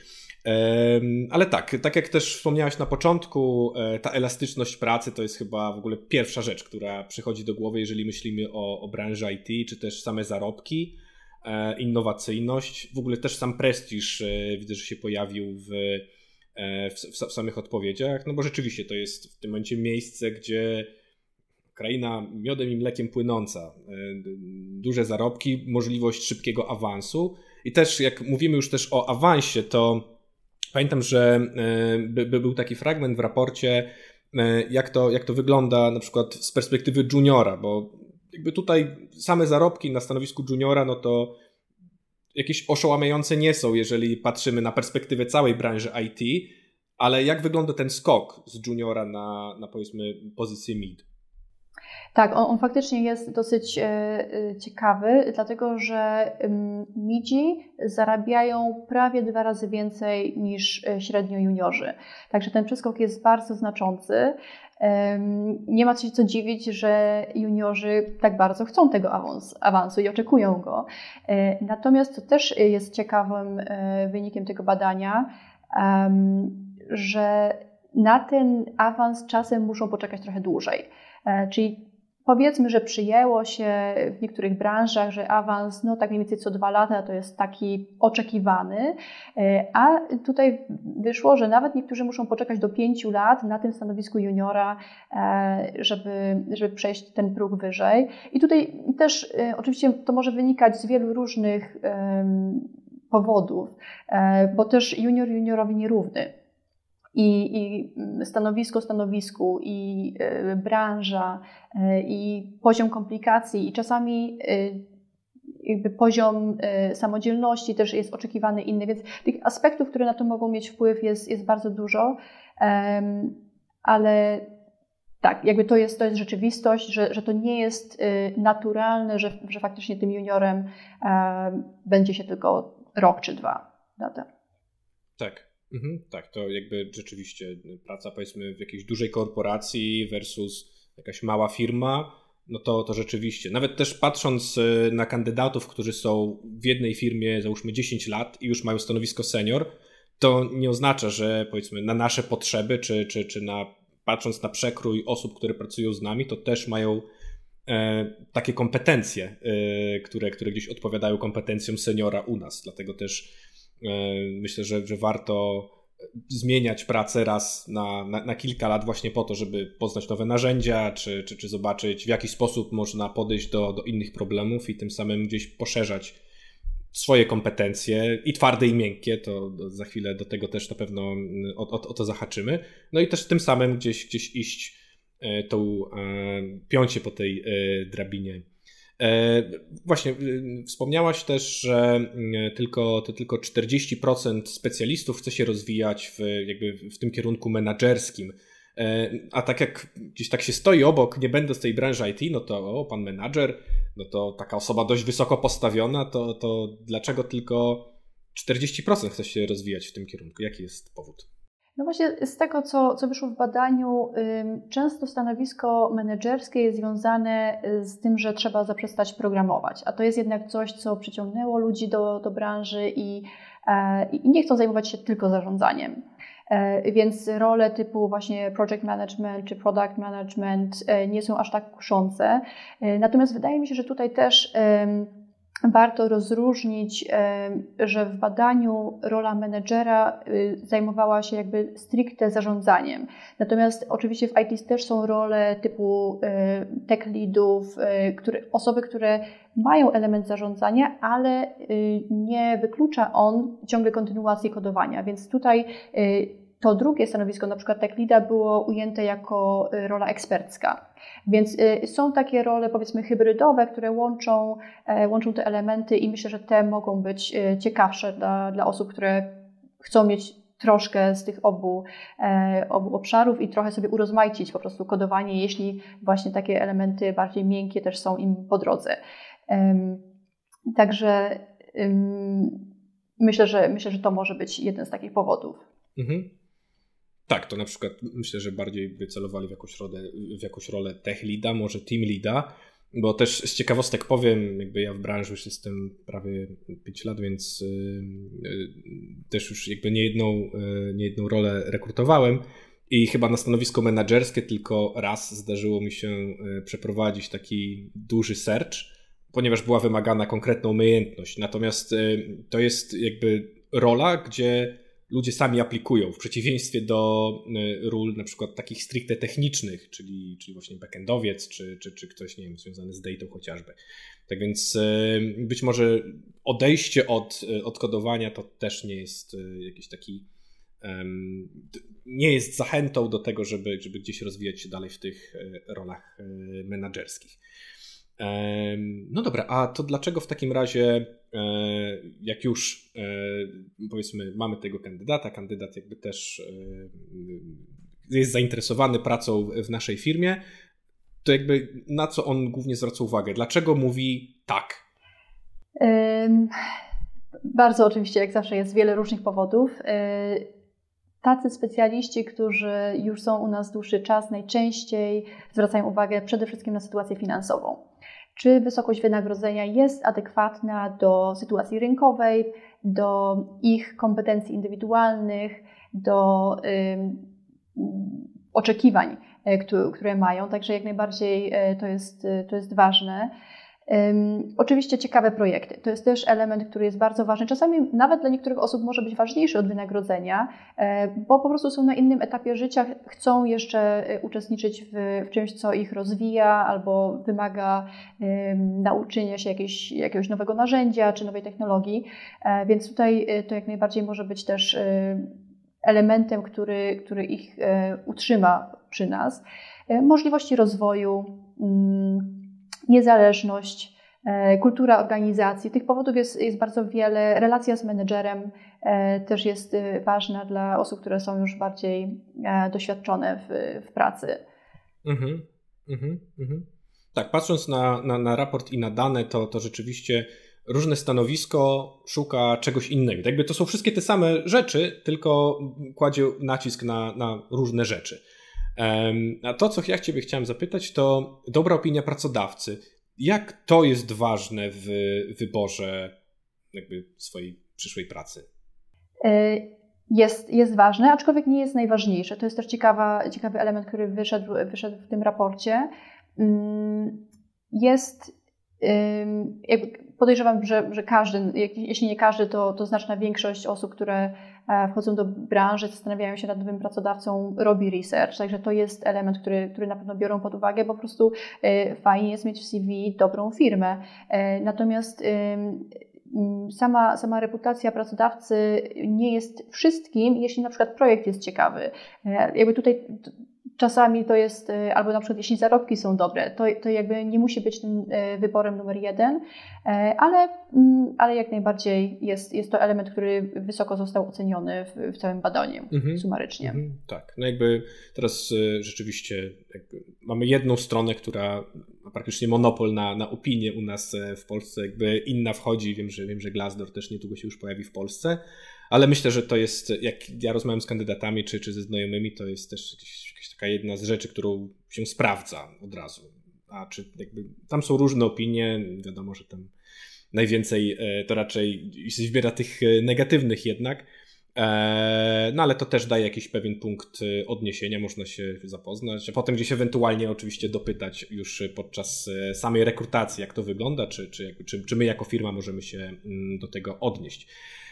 Um, ale tak, tak jak też wspomniałaś na początku, ta elastyczność pracy to jest chyba w ogóle pierwsza rzecz, która przychodzi do głowy, jeżeli myślimy o, o branży I T, czy też same zarobki, e, innowacyjność, w ogóle też sam prestiż e, widzę, że się pojawił w, e, w, w samych odpowiedziach, no bo rzeczywiście to jest w tym momencie miejsce, gdzie kraina miodem i mlekiem płynąca, e, duże zarobki, możliwość szybkiego awansu i też jak mówimy już też o awansie, to pamiętam, że by, by był taki fragment w raporcie, jak to, jak to wygląda na przykład z perspektywy juniora, bo jakby tutaj same zarobki na stanowisku juniora, no to jakieś oszałamiające nie są, jeżeli patrzymy na perspektywę całej branży I T, ale jak wygląda ten skok z juniora na, na powiedzmy pozycję mid? Tak, on, on faktycznie jest dosyć e, ciekawy, dlatego że um, midzi zarabiają prawie dwa razy więcej niż średnio juniorzy. Także ten przeskok jest bardzo znaczący. Um, nie ma się co dziwić, że juniorzy tak bardzo chcą tego awans, awansu i oczekują go. E, natomiast co też jest ciekawym e, wynikiem tego badania, um, że na ten awans czasem muszą poczekać trochę dłużej. E, czyli powiedzmy, że przyjęło się w niektórych branżach, że awans no tak mniej więcej co dwa lata to jest taki oczekiwany, a tutaj wyszło, że nawet niektórzy muszą poczekać do pięciu lat na tym stanowisku juniora, żeby, żeby przejść ten próg wyżej. I tutaj też oczywiście to może wynikać z wielu różnych powodów, bo też junior juniorowi nierówny. I, I stanowisko stanowisku, i y, branża, y, i poziom komplikacji, i czasami y, jakby poziom y, samodzielności też jest oczekiwany inny, więc tych aspektów, które na to mogą mieć wpływ jest, jest bardzo dużo, um, ale tak, jakby to jest, to jest rzeczywistość, że, że to nie jest y, naturalne, że, że faktycznie tym juniorem y, będzie się tylko rok czy dwa lata. Tak. Mhm, tak, to jakby rzeczywiście praca powiedzmy w jakiejś dużej korporacji versus jakaś mała firma, no to, to rzeczywiście. Nawet też patrząc na kandydatów, którzy są w jednej firmie załóżmy dziesięć lat i już mają stanowisko senior, to nie oznacza, że powiedzmy na nasze potrzeby, czy, czy, czy na, patrząc na przekrój osób, które pracują z nami, to też mają e, takie kompetencje, e, które, które gdzieś odpowiadają kompetencjom seniora u nas. Dlatego też myślę, że, że warto zmieniać pracę raz na, na, na kilka lat właśnie po to, żeby poznać nowe narzędzia, czy, czy, czy zobaczyć, w jaki sposób można podejść do, do innych problemów i tym samym gdzieś poszerzać swoje kompetencje i twarde i miękkie, to za chwilę do tego też na pewno o, o, o to zahaczymy. No i też tym samym gdzieś, gdzieś iść tą, piąć się po tej drabinie. Właśnie, wspomniałaś też, że tylko, to tylko czterdzieści procent specjalistów chce się rozwijać w, jakby w tym kierunku menadżerskim. A tak jak gdzieś tak się stoi obok, nie będę z tej branży I T, no to o, pan menadżer, no to taka osoba dość wysoko postawiona, to, to dlaczego tylko czterdzieści procent chce się rozwijać w tym kierunku? Jaki jest powód? No właśnie z tego, co, co wyszło w badaniu, często stanowisko menedżerskie jest związane z tym, że trzeba zaprzestać programować, a to jest jednak coś, co przyciągnęło ludzi do, do branży i, i nie chcą zajmować się tylko zarządzaniem. Więc role typu właśnie project management czy product management nie są aż tak kuszące. Natomiast wydaje mi się, że tutaj też warto rozróżnić, że w badaniu rola menedżera zajmowała się jakby stricte zarządzaniem. Natomiast oczywiście w I T też są role typu tech leadów, które, osoby, które mają element zarządzania, ale nie wyklucza on ciągle kontynuacji kodowania. Więc tutaj to drugie stanowisko, na przykład tech leada, było ujęte jako rola ekspercka. Więc są takie role, powiedzmy, hybrydowe, które łączą, łączą te elementy i myślę, że te mogą być ciekawsze dla, dla osób, które chcą mieć troszkę z tych obu, obu obszarów i trochę sobie urozmaicić po prostu kodowanie, jeśli właśnie takie elementy bardziej miękkie też są im po drodze. Także myślę, że, myślę, że to może być jeden z takich powodów. Mhm. Tak, to na przykład myślę, że bardziej by celowali w jakąś rolę, w jakąś rolę tech leada, może team leada, bo też z ciekawostek powiem, jakby ja w branży już jestem prawie pięć lat, więc yy, też już jakby niejedną, yy, niejedną rolę rekrutowałem i chyba na stanowisko menedżerskie tylko raz zdarzyło mi się yy, przeprowadzić taki duży search, ponieważ była wymagana konkretna umiejętność. Natomiast yy, to jest jakby rola, gdzie ludzie sami aplikują, w przeciwieństwie do ról na przykład takich stricte technicznych, czyli, czyli właśnie backendowiec, czy, czy, czy ktoś, nie wiem, związany z datą chociażby. Tak więc być może odejście od, od kodowania to też nie jest jakiś taki, um, nie jest zachętą do tego, żeby, żeby gdzieś rozwijać się dalej w tych rolach menedżerskich. No dobra, a to dlaczego w takim razie, jak już powiedzmy mamy tego kandydata, kandydat jakby też jest zainteresowany pracą w naszej firmie, to jakby na co on głównie zwraca uwagę? Dlaczego mówi tak? Um, bardzo oczywiście, jak zawsze jest wiele różnych powodów. Tacy specjaliści, którzy już są u nas dłuższy czas, najczęściej zwracają uwagę przede wszystkim na sytuację finansową. Czy wysokość wynagrodzenia jest adekwatna do sytuacji rynkowej, do ich kompetencji indywidualnych, do y, oczekiwań, y, które mają. Także jak najbardziej y, to jest, y, to jest ważne. Um, oczywiście ciekawe projekty. To jest też element, który jest bardzo ważny. Czasami nawet dla niektórych osób może być ważniejszy od wynagrodzenia, bo po prostu są na innym etapie życia, chcą jeszcze uczestniczyć w, w czymś, co ich rozwija albo wymaga um, nauczenia się jakiegoś, jakiegoś nowego narzędzia czy nowej technologii, e, więc tutaj to jak najbardziej może być też e, elementem, który, który ich e, utrzyma przy nas. E, możliwości rozwoju, mm, niezależność, kultura organizacji. Tych powodów jest, jest bardzo wiele. Relacja z menedżerem też jest ważna dla osób, które są już bardziej doświadczone w, w pracy. Mhm, mhm, mhm. Tak, patrząc na, na, na raport i na dane, to, to rzeczywiście różne stanowisko szuka czegoś innego. Jakby to są wszystkie te same rzeczy, tylko kładzie nacisk na, na różne rzeczy. A to, co ja Ciebie chciałem zapytać, to dobra opinia pracodawcy. Jak to jest ważne w wyborze jakby swojej przyszłej pracy? Jest, jest ważne, aczkolwiek nie jest najważniejsze. To jest też ciekawa, ciekawy element, który wyszedł, wyszedł w tym raporcie. Jest, podejrzewam, że, że każdy, jeśli nie każdy, to, to znaczna większość osób, które wchodzą do branży, zastanawiają się nad nowym pracodawcą, robi research. Także to jest element, który, który na pewno biorą pod uwagę, bo po prostu fajnie jest mieć w C V dobrą firmę. Natomiast sama, sama reputacja pracodawcy nie jest wszystkim, jeśli na przykład projekt jest ciekawy. Jakby tutaj czasami to jest, albo na przykład jeśli zarobki są dobre, to, to jakby nie musi być tym wyborem numer jeden, ale, ale jak najbardziej jest, jest to element, który wysoko został oceniony w, w całym badaniu, mhm. sumarycznie. Mhm. Tak, no jakby teraz rzeczywiście jakby mamy jedną stronę, która ma praktycznie monopol na, na opinię u nas w Polsce, jakby inna wchodzi, wiem, że, wiem, że Glassdoor też niedługo się już pojawi w Polsce, ale myślę, że to jest, jak ja rozmawiam z kandydatami czy, czy ze znajomymi, to jest też jakaś, jakaś taka jedna z rzeczy, którą się sprawdza od razu. A czy jakby tam są różne opinie, wiadomo, że tam najwięcej to raczej się zbiera tych negatywnych jednak. No ale to też daje jakiś pewien punkt odniesienia, można się zapoznać, a potem gdzieś ewentualnie oczywiście dopytać już podczas samej rekrutacji, jak to wygląda, czy, czy, czy, czy my jako firma możemy się do tego odnieść.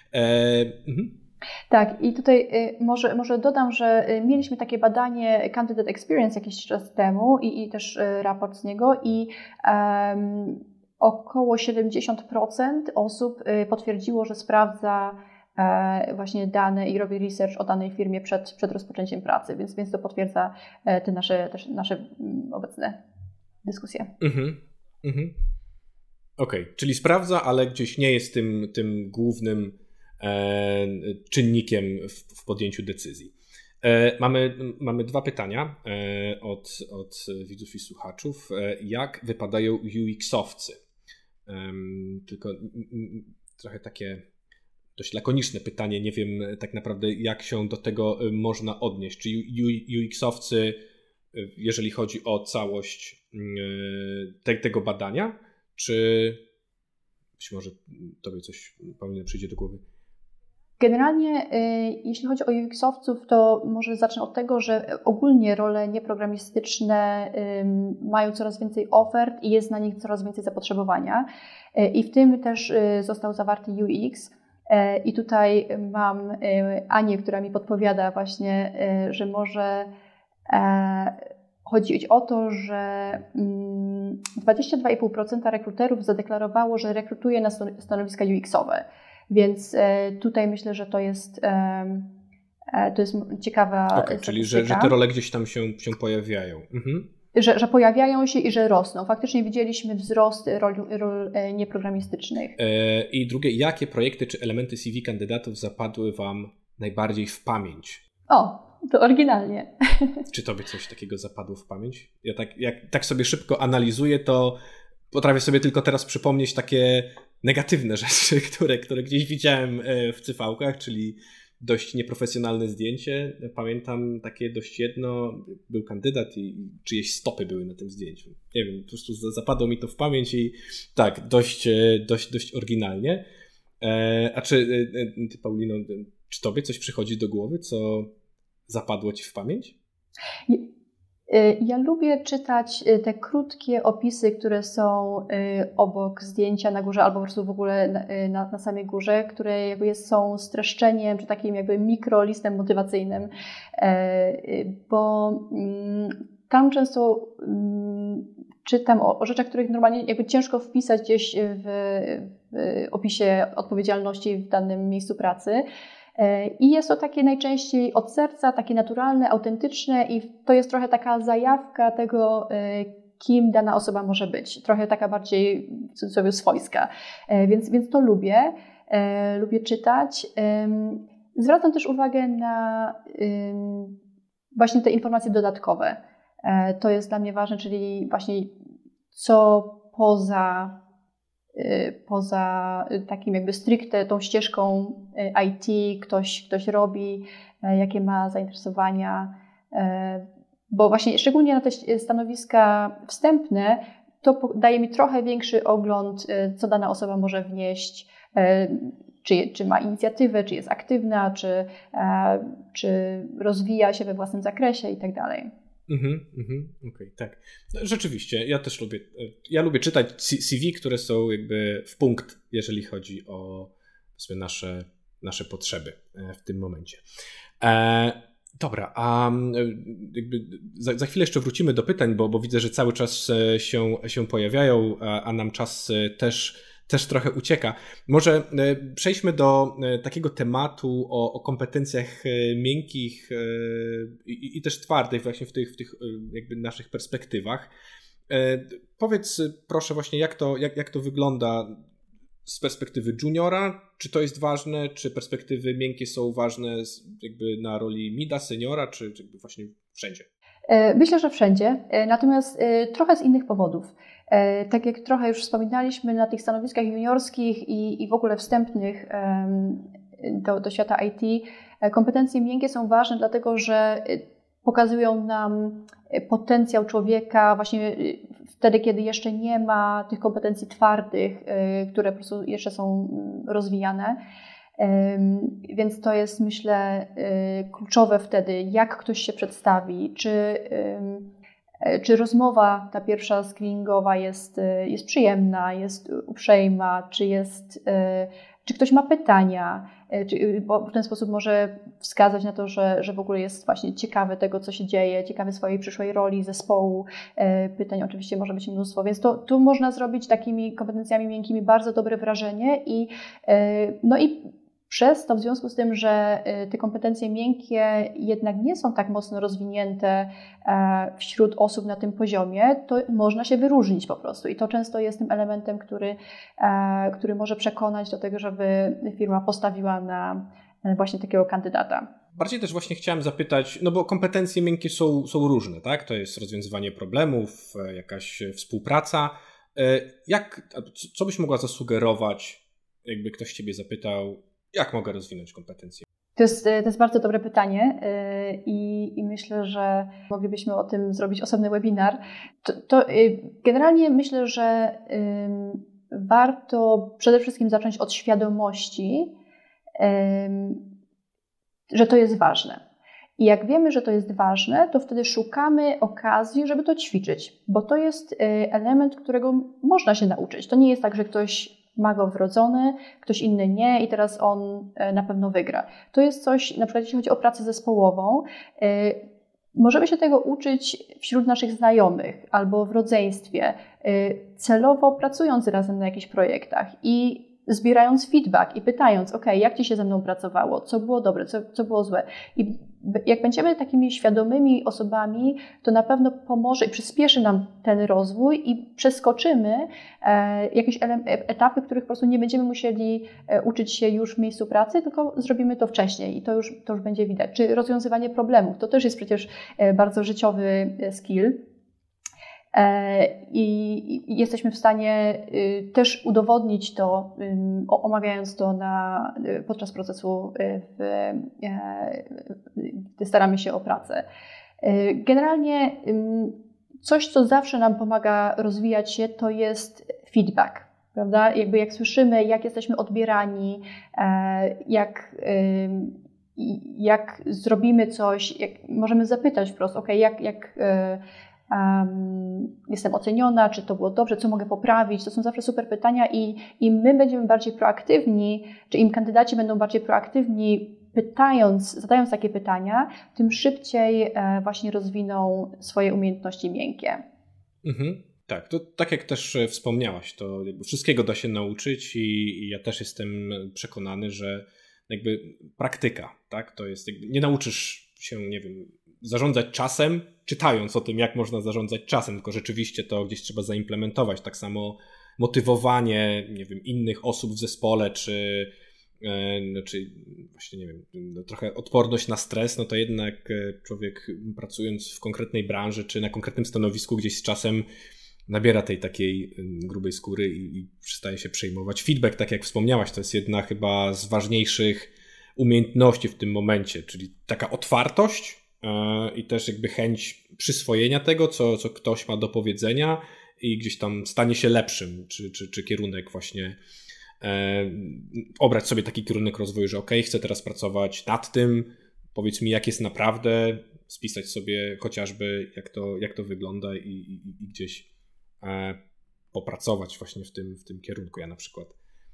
Mhm. Tak, i tutaj może, może dodam, że mieliśmy takie badanie Candidate Experience jakiś czas temu i, i też raport z niego i um, około siedemdziesiąt procent osób potwierdziło, że sprawdza właśnie dane i robi research o danej firmie przed, przed rozpoczęciem pracy, więc, więc to potwierdza te nasze, też nasze obecne dyskusje. Mhm, mhm. Okej, okay. Czyli sprawdza, ale gdzieś nie jest tym, tym głównym e, czynnikiem w, w podjęciu decyzji. E, mamy, mamy dwa pytania e, od, od widzów i słuchaczów. E, jak wypadają U X-owcy? E, tylko m, m, trochę takie dość lakoniczne pytanie, nie wiem tak naprawdę jak się do tego można odnieść. Czy U X-owcy, jeżeli chodzi o całość te, tego badania, czy być może tobie coś, Paulina, przyjdzie do głowy? Generalnie jeśli chodzi o U X-owców, to może zacznę od tego, że ogólnie role nieprogramistyczne mają coraz więcej ofert i jest na nich coraz więcej zapotrzebowania i w tym też został zawarty U X. I tutaj mam Anię, która mi podpowiada właśnie, że może chodzić o to, że dwadzieścia dwa i pół procent rekruterów zadeklarowało, że rekrutuje na stanowiska U X-owe. Więc tutaj myślę, że to jest, to jest ciekawa okay, statystyka. Czyli że, że te role gdzieś tam się, się pojawiają. Mhm. Że, że pojawiają się i że rosną. Faktycznie widzieliśmy wzrost rol, rol nieprogramistycznych. I drugie, jakie projekty czy elementy C V kandydatów zapadły Wam najbardziej w pamięć? O, to oryginalnie. Czy Tobie coś takiego zapadło w pamięć? Ja tak, jak tak sobie szybko analizuję, to potrafię sobie tylko teraz przypomnieć takie negatywne rzeczy, które, które gdzieś widziałem w cyfałkach, czyli dość nieprofesjonalne zdjęcie. Pamiętam takie dość jedno, był kandydat i czyjeś stopy były na tym zdjęciu. Nie wiem, po prostu zapadło mi to w pamięć i tak, dość, dość, dość oryginalnie. A czy ty, Paulino, czy tobie coś przychodzi do głowy, co zapadło ci w pamięć? Ja lubię czytać te krótkie opisy, które są obok zdjęcia na górze albo po prostu w ogóle na, na samej górze, które jakby są streszczeniem czy takim jakby mikrolistem motywacyjnym, bo tam często czytam o, o rzeczach, których normalnie jakby ciężko wpisać gdzieś w, w opisie odpowiedzialności w danym miejscu pracy. I jest to takie najczęściej od serca, takie naturalne, autentyczne i to jest trochę taka zajawka tego, kim dana osoba może być. Trochę taka bardziej w cudzysłowie swojska. Więc, więc to lubię. Lubię czytać. Zwracam też uwagę na właśnie te informacje dodatkowe. To jest dla mnie ważne, czyli właśnie co poza poza takim jakby stricte tą ścieżką I T ktoś, ktoś robi, jakie ma zainteresowania, bo właśnie szczególnie na te stanowiska wstępne to daje mi trochę większy ogląd, co dana osoba może wnieść, czy, czy ma inicjatywę, czy jest aktywna, czy, czy rozwija się we własnym zakresie i tak dalej. Mhm, mhm, okej, okay, tak. Rzeczywiście, ja też lubię, ja lubię czytać C V, które są jakby w punkt, jeżeli chodzi o powiedzmy nasze, nasze potrzeby w tym momencie. E, dobra, a jakby za, za chwilę jeszcze wrócimy do pytań, bo, bo widzę, że cały czas się, się pojawiają, a, a nam czas też też trochę ucieka. Może przejdźmy do takiego tematu o, o kompetencjach miękkich i, i też twardych właśnie w tych, w tych jakby naszych perspektywach. Powiedz proszę właśnie, jak to, jak, jak to wygląda z perspektywy juniora? Czy to jest ważne? Czy perspektywy miękkie są ważne jakby na roli mida, seniora, czy, czy jakby właśnie wszędzie? Myślę, że wszędzie, natomiast trochę z innych powodów. Tak jak trochę już wspominaliśmy, na tych stanowiskach juniorskich i, i w ogóle wstępnych do, do świata I T, kompetencje miękkie są ważne, dlatego że pokazują nam potencjał człowieka właśnie wtedy, kiedy jeszcze nie ma tych kompetencji twardych, które po prostu jeszcze są rozwijane. Więc to jest, myślę, kluczowe wtedy, jak ktoś się przedstawi, czy, czy rozmowa ta pierwsza screeningowa jest, jest przyjemna, jest uprzejma, czy, jest, czy ktoś ma pytania, czy, bo w ten sposób może wskazać na to, że, że w ogóle jest właśnie ciekawy tego, co się dzieje, ciekawy swojej przyszłej roli, zespołu. Pytań oczywiście może być mnóstwo, więc to, tu można zrobić takimi kompetencjami miękkimi bardzo dobre wrażenie i, no i przez to, w związku z tym, że te kompetencje miękkie jednak nie są tak mocno rozwinięte wśród osób na tym poziomie, to można się wyróżnić po prostu. I to często jest tym elementem, który, który może przekonać do tego, żeby firma postawiła na właśnie takiego kandydata. Bardziej też właśnie chciałem zapytać, no bo kompetencje miękkie są, są różne, tak? To jest rozwiązywanie problemów, jakaś współpraca. Jak, co byś mogła zasugerować, jakby ktoś ciebie zapytał, jak mogę rozwinąć kompetencje? To jest, to jest bardzo dobre pytanie i, i myślę, że moglibyśmy o tym zrobić osobny webinar. To, to generalnie myślę, że warto przede wszystkim zacząć od świadomości, że to jest ważne. I jak wiemy, że to jest ważne, to wtedy szukamy okazji, żeby to ćwiczyć, bo to jest element, którego można się nauczyć. To nie jest tak, że ktoś ma go wrodzony, ktoś inny nie i teraz on na pewno wygra. To jest coś, na przykład jeśli chodzi o pracę zespołową, możemy się tego uczyć wśród naszych znajomych albo w rodzeństwie, celowo pracując razem na jakichś projektach i zbierając feedback i pytając, ok, jak Ci się ze mną pracowało, co było dobre, co, co było złe. I jak będziemy takimi świadomymi osobami, to na pewno pomoże i przyspieszy nam ten rozwój i przeskoczymy e, jakieś etapy, których po prostu nie będziemy musieli e, uczyć się już w miejscu pracy, tylko zrobimy to wcześniej i to już, to już będzie widać. Czy rozwiązywanie problemów, to też jest przecież e, bardzo życiowy skill. I jesteśmy w stanie też udowodnić to, omawiając to na, podczas procesu, w, gdy staramy się o pracę. Generalnie coś, co zawsze nam pomaga rozwijać się, to jest feedback, prawda? Jakby jak słyszymy, jak jesteśmy odbierani, jak, jak zrobimy coś, jak możemy zapytać wprost, ok, jak, jak Um, jestem oceniona, czy to było dobrze, co mogę poprawić. To są zawsze super pytania i im my będziemy bardziej proaktywni, czy im kandydaci będą bardziej proaktywni, pytając, zadając takie pytania, tym szybciej e, właśnie rozwiną swoje umiejętności miękkie. Mhm, tak, to tak jak też wspomniałaś, to jakby wszystkiego da się nauczyć i, i ja też jestem przekonany, że jakby praktyka, tak, to jest jakby, nie nauczysz się, nie wiem, zarządzać czasem, czytając o tym, jak można zarządzać czasem, tylko rzeczywiście to gdzieś trzeba zaimplementować. Tak samo motywowanie, nie wiem, innych osób w zespole, czy, no, czy właśnie, nie wiem, no, trochę odporność na stres, no to jednak człowiek pracując w konkretnej branży, czy na konkretnym stanowisku gdzieś z czasem nabiera tej takiej grubej skóry i, i przestaje się przejmować. Feedback, tak jak wspomniałaś, to jest jedna chyba z ważniejszych umiejętności w tym momencie, czyli taka otwartość, i też jakby chęć przyswojenia tego, co, co ktoś ma do powiedzenia i gdzieś tam stanie się lepszym, czy, czy, czy kierunek właśnie, e, obrać sobie taki kierunek rozwoju, że ok, chcę teraz pracować nad tym, powiedz mi jak jest naprawdę, spisać sobie chociażby jak to, jak to wygląda i, i, i gdzieś e, popracować właśnie w tym, w tym kierunku. Ja na przykład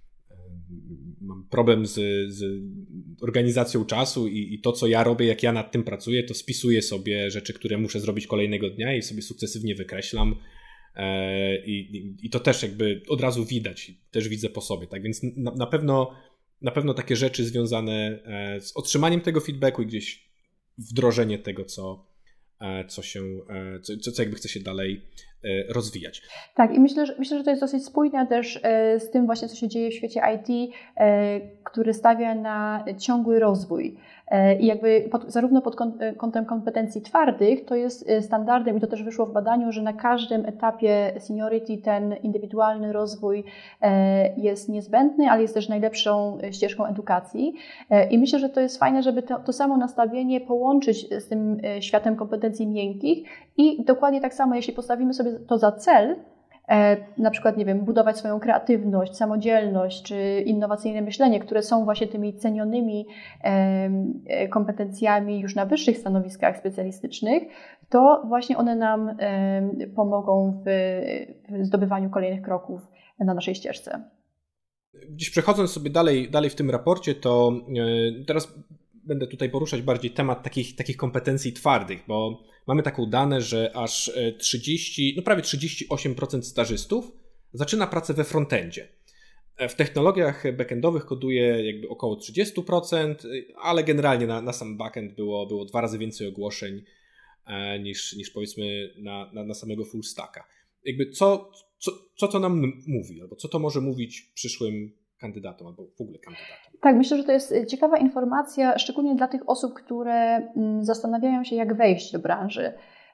mam problem z, z organizacją czasu i, i to, co ja robię, jak ja nad tym pracuję, to spisuję sobie rzeczy, które muszę zrobić kolejnego dnia i sobie sukcesywnie wykreślam e, i, i to też jakby od razu widać, też widzę po sobie, tak, więc na, na pewno na pewno takie rzeczy związane z otrzymaniem tego feedbacku i gdzieś wdrożenie tego, co, co się, co, co jakby chce się dalej rozwijać. Tak, i myślę, że, myślę, że to jest dosyć spójne też z tym właśnie, co się dzieje w świecie I T, który stawia na ciągły rozwój. I jakby pod, zarówno pod kątem kompetencji twardych to jest standardem i to też wyszło w badaniu, że na każdym etapie seniority ten indywidualny rozwój jest niezbędny, ale jest też najlepszą ścieżką edukacji. I myślę, że to jest fajne, żeby to, to samo nastawienie połączyć z tym światem kompetencji miękkich i dokładnie tak samo, jeśli postawimy sobie to za cel, na przykład, nie wiem, budować swoją kreatywność, samodzielność czy innowacyjne myślenie, które są właśnie tymi cenionymi kompetencjami już na wyższych stanowiskach specjalistycznych, to właśnie one nam pomogą w, w zdobywaniu kolejnych kroków na naszej ścieżce. Gdzieś przechodząc sobie dalej, dalej w tym raporcie, to teraz będę tutaj poruszać bardziej temat takich, takich kompetencji twardych, bo mamy taką dane, że aż trzydzieści, no prawie trzydzieści osiem procent stażystów zaczyna pracę we frontendzie. W technologiach backendowych koduje jakby około trzydzieści procent, ale generalnie na, na sam backend było, było dwa razy więcej ogłoszeń niż, niż powiedzmy na, na, na samego full stacka. Jakby co, co, co to nam mówi, albo co to może mówić przyszłym kandydatom, albo w ogóle kandydatom? Tak, myślę, że to jest ciekawa informacja, szczególnie dla tych osób, które zastanawiają się, jak wejść do branży.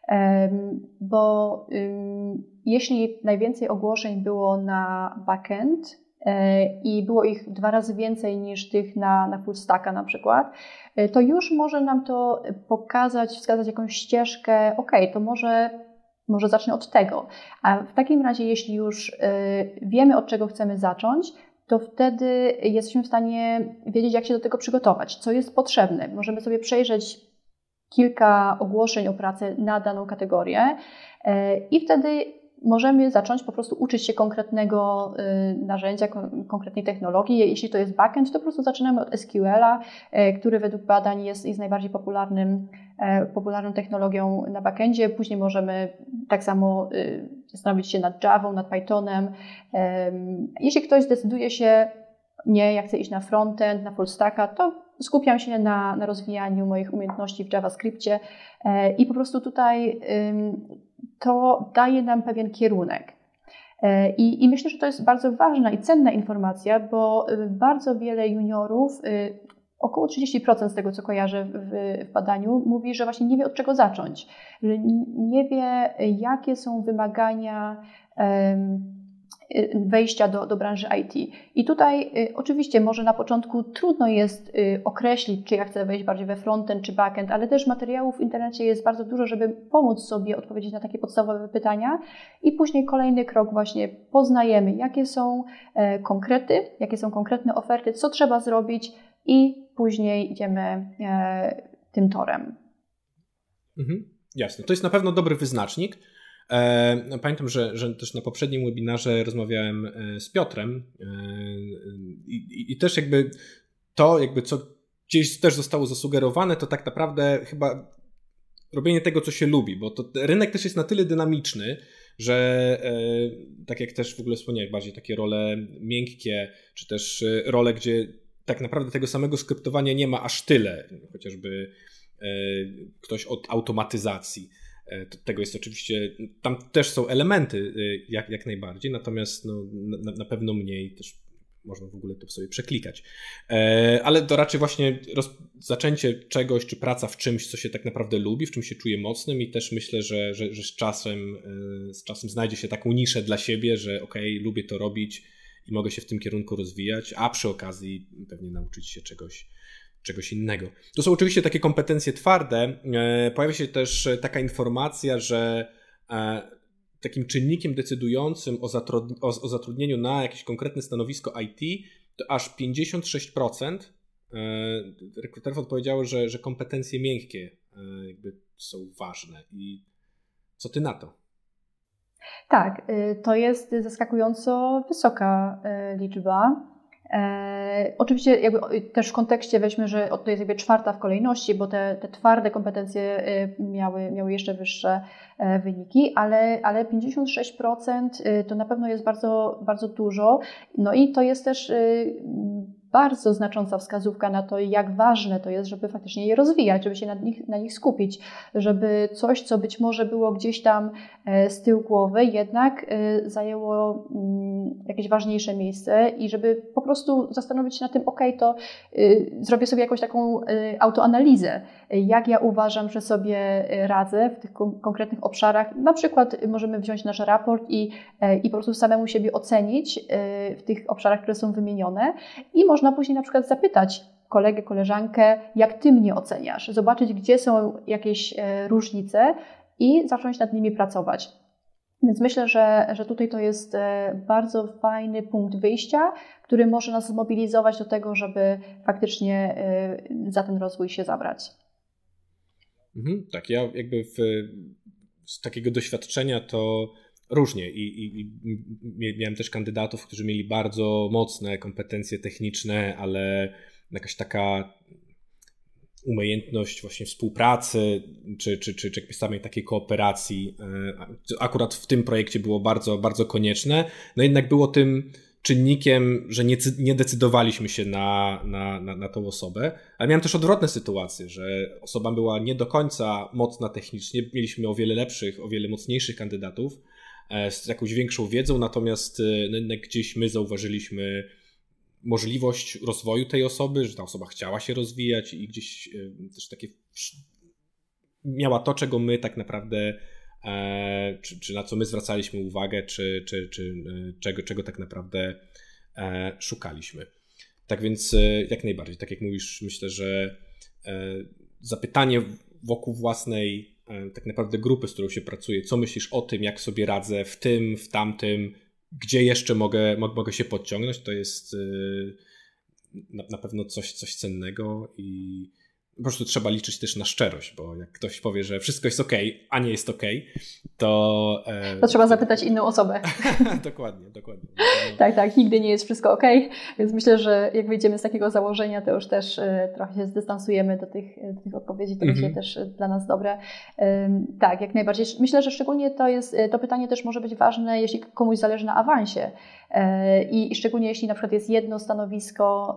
Bo jeśli najwięcej ogłoszeń było na backend i było ich dwa razy więcej niż tych na, na full stacka na przykład, to już może nam to pokazać, wskazać jakąś ścieżkę, ok, to może Może zacznę od tego. A w takim razie, jeśli już wiemy, od czego chcemy zacząć, to wtedy jesteśmy w stanie wiedzieć, jak się do tego przygotować, co jest potrzebne. Możemy sobie przejrzeć kilka ogłoszeń o pracę na daną kategorię i wtedy możemy zacząć po prostu uczyć się konkretnego narzędzia, konkretnej technologii. Jeśli to jest backend, to po prostu zaczynamy od S Q L-a, który według badań jest, jest najbardziej popularnym, popularną technologią na backendzie. Później możemy tak samo zastanowić się nad Javą, nad Pythonem. Jeśli ktoś zdecyduje się, nie, ja chcę iść na frontend, na full stacka, to skupiam się na, na rozwijaniu moich umiejętności w JavaScriptie i po prostu tutaj to daje nam pewien kierunek. I, I myślę, że to jest bardzo ważna i cenna informacja, bo bardzo wiele juniorów, około trzydzieści procent z tego, co kojarzę w, w badaniu, mówi, że właśnie nie wie, od czego zacząć. Nie wie, jakie są wymagania um, wejścia do, do branży I T. I tutaj y, oczywiście może na początku trudno jest y, określić, czy ja chcę wejść bardziej we frontend czy backend, ale też materiałów w internecie jest bardzo dużo, żeby pomóc sobie odpowiedzieć na takie podstawowe pytania i później kolejny krok właśnie poznajemy, jakie są e, konkrety, jakie są konkretne oferty, co trzeba zrobić i później idziemy e, tym torem. Mhm, jasne. To jest na pewno dobry wyznacznik. Pamiętam, że, że też na poprzednim webinarze rozmawiałem z Piotrem i, i, i też jakby to, jakby co gdzieś też zostało zasugerowane, to tak naprawdę chyba robienie tego, co się lubi, bo to rynek też jest na tyle dynamiczny, że tak jak też w ogóle wspomniałeś, bardziej takie role miękkie, czy też role, gdzie tak naprawdę tego samego skryptowania nie ma aż tyle, chociażby ktoś od automatyzacji. Tego jest oczywiście, tam też są elementy jak, jak najbardziej, natomiast no, na, na pewno mniej też można w ogóle to sobie przeklikać. Ale to raczej właśnie roz, zaczęcie czegoś, czy praca w czymś, co się tak naprawdę lubi, w czym się czuje mocnym i też myślę, że, że, że z czasem z czasem znajdzie się taką niszę dla siebie, że okej, okay, lubię to robić i mogę się w tym kierunku rozwijać, a przy okazji pewnie nauczyć się czegoś czegoś innego. To są oczywiście takie kompetencje twarde. Pojawia się też taka informacja, że takim czynnikiem decydującym o, zatrudni- o, o zatrudnieniu na jakieś konkretne stanowisko I T to aż pięćdziesiąt sześć procent rekruterów odpowiedziało, że, że kompetencje miękkie jakby są ważne. I co ty na to? Tak, to jest zaskakująco wysoka liczba. E, oczywiście jakby też w kontekście weźmy, że to jest jakby czwarta w kolejności, bo te, te twarde kompetencje miały, miały jeszcze wyższe wyniki, ale, ale pięćdziesiąt sześć procent to na pewno jest bardzo, bardzo dużo. No i to jest też bardzo znacząca wskazówka na to, jak ważne to jest, żeby faktycznie je rozwijać, żeby się na nich, na nich skupić, żeby coś, co być może było gdzieś tam z tyłu głowy, jednak zajęło jakieś ważniejsze miejsce i żeby po prostu zastanowić się nad tym, ok, to zrobię sobie jakąś taką autoanalizę, jak ja uważam, że sobie radzę w tych konkretnych obszarach. Na przykład możemy wziąć nasz raport i, i po prostu samemu siebie ocenić w tych obszarach, które są wymienione i można później na przykład zapytać kolegę, koleżankę, jak ty mnie oceniasz, zobaczyć, gdzie są jakieś różnice i zacząć nad nimi pracować. Więc myślę, że, że tutaj to jest bardzo fajny punkt wyjścia, który może nas zmobilizować do tego, żeby faktycznie za ten rozwój się zabrać. Mhm, tak, ja jakby w, z takiego doświadczenia to różnie I, i, i miałem też kandydatów, którzy mieli bardzo mocne kompetencje techniczne, ale jakaś taka umiejętność właśnie współpracy, czy, czy, czy, czy samej takiej kooperacji akurat w tym projekcie było bardzo, bardzo konieczne. No jednak było tym czynnikiem, że nie, nie decydowaliśmy się na, na, na, na tą osobę, ale miałem też odwrotne sytuacje, że osoba była nie do końca mocna technicznie, mieliśmy o wiele lepszych, o wiele mocniejszych kandydatów z jakąś większą wiedzą, natomiast gdzieś my zauważyliśmy możliwość rozwoju tej osoby, że ta osoba chciała się rozwijać i gdzieś też takie miała to, czego my tak naprawdę, czy, czy na co my zwracaliśmy uwagę, czy, czy, czy czego, czego tak naprawdę szukaliśmy. Tak więc jak najbardziej, tak jak mówisz, myślę, że zapytanie wokół własnej tak naprawdę grupy, z którą się pracuje, co myślisz o tym, jak sobie radzę w tym, w tamtym, gdzie jeszcze mogę, mogę się podciągnąć, to jest na, na pewno coś, coś cennego i po prostu trzeba liczyć też na szczerość, bo jak ktoś powie, że wszystko jest okej, a nie jest okej, to... To trzeba zapytać inną osobę. dokładnie, dokładnie. Tak, tak, nigdy nie jest wszystko okej, więc myślę, że jak wyjdziemy z takiego założenia, to już też trochę się zdystansujemy do tych, do tych odpowiedzi, to będzie mm-hmm. też dla nas dobre. Tak, jak najbardziej. Myślę, że szczególnie to jest, to pytanie też może być ważne, jeśli komuś zależy na awansie i, i szczególnie jeśli na przykład jest jedno stanowisko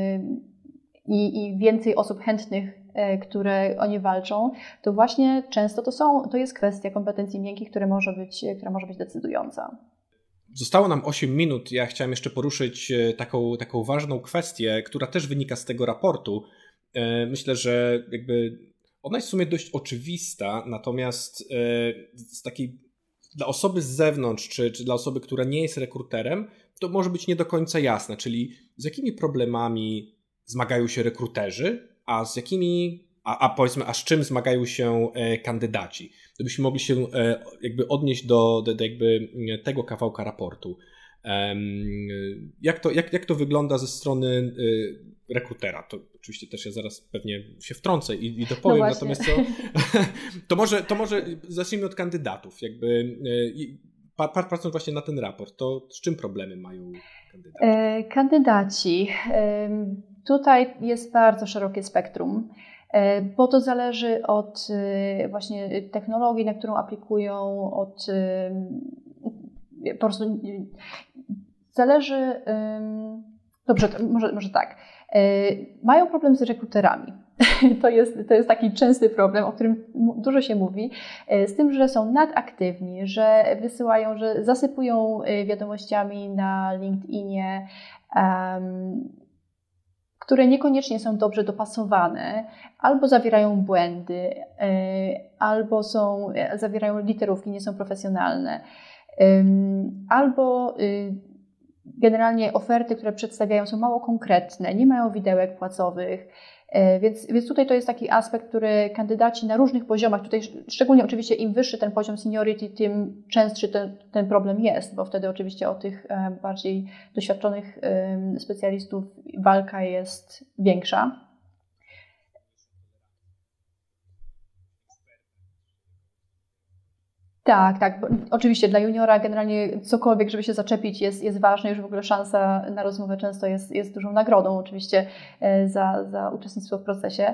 I, i więcej osób chętnych, które o nie walczą, to właśnie często to są, to jest kwestia kompetencji miękkich, które może być, która może być decydująca. Zostało nam osiem minut. Ja chciałem jeszcze poruszyć taką, taką ważną kwestię, która też wynika z tego raportu. Myślę, że jakby ona jest w sumie dość oczywista, natomiast z takiej dla osoby z zewnątrz, czy, czy dla osoby, która nie jest rekruterem, to może być nie do końca jasne, czyli z jakimi problemami zmagają się rekruterzy, a z jakimi, a, a powiedzmy, a z czym zmagają się e, kandydaci. Gdybyśmy mogli się e, jakby odnieść do, do, do jakby tego kawałka raportu. E, jak, to, jak, jak to wygląda ze strony e, rekrutera? To oczywiście też ja zaraz pewnie się wtrącę i, i dopowiem, no natomiast co, to, może, to może zacznijmy od kandydatów. Jakby e, patrząc właśnie na ten raport, to z czym problemy mają kandydaci? E, kandydaci. E, Tutaj jest bardzo szerokie spektrum, bo to zależy od właśnie technologii, na którą aplikują, od po prostu zależy, dobrze, może, może tak, mają problem z rekruterami. To jest, to jest taki częsty problem, o którym dużo się mówi, z tym, że są nadaktywni, że wysyłają, że zasypują wiadomościami na LinkedInie, um, które niekoniecznie są dobrze dopasowane, albo zawierają błędy, albo są, zawierają literówki, nie są profesjonalne, albo generalnie oferty, które przedstawiają, są mało konkretne, nie mają widełek płacowych. Więc, więc tutaj to jest taki aspekt, który kandydaci na różnych poziomach, tutaj szczególnie oczywiście im wyższy ten poziom seniority, tym częstszy ten, ten problem jest, bo wtedy oczywiście o tych bardziej doświadczonych specjalistów walka jest większa. Tak, tak. Bo oczywiście dla juniora generalnie cokolwiek, żeby się zaczepić jest, jest ważne. Już w ogóle szansa na rozmowę często jest, jest dużą nagrodą oczywiście za, za uczestnictwo w procesie.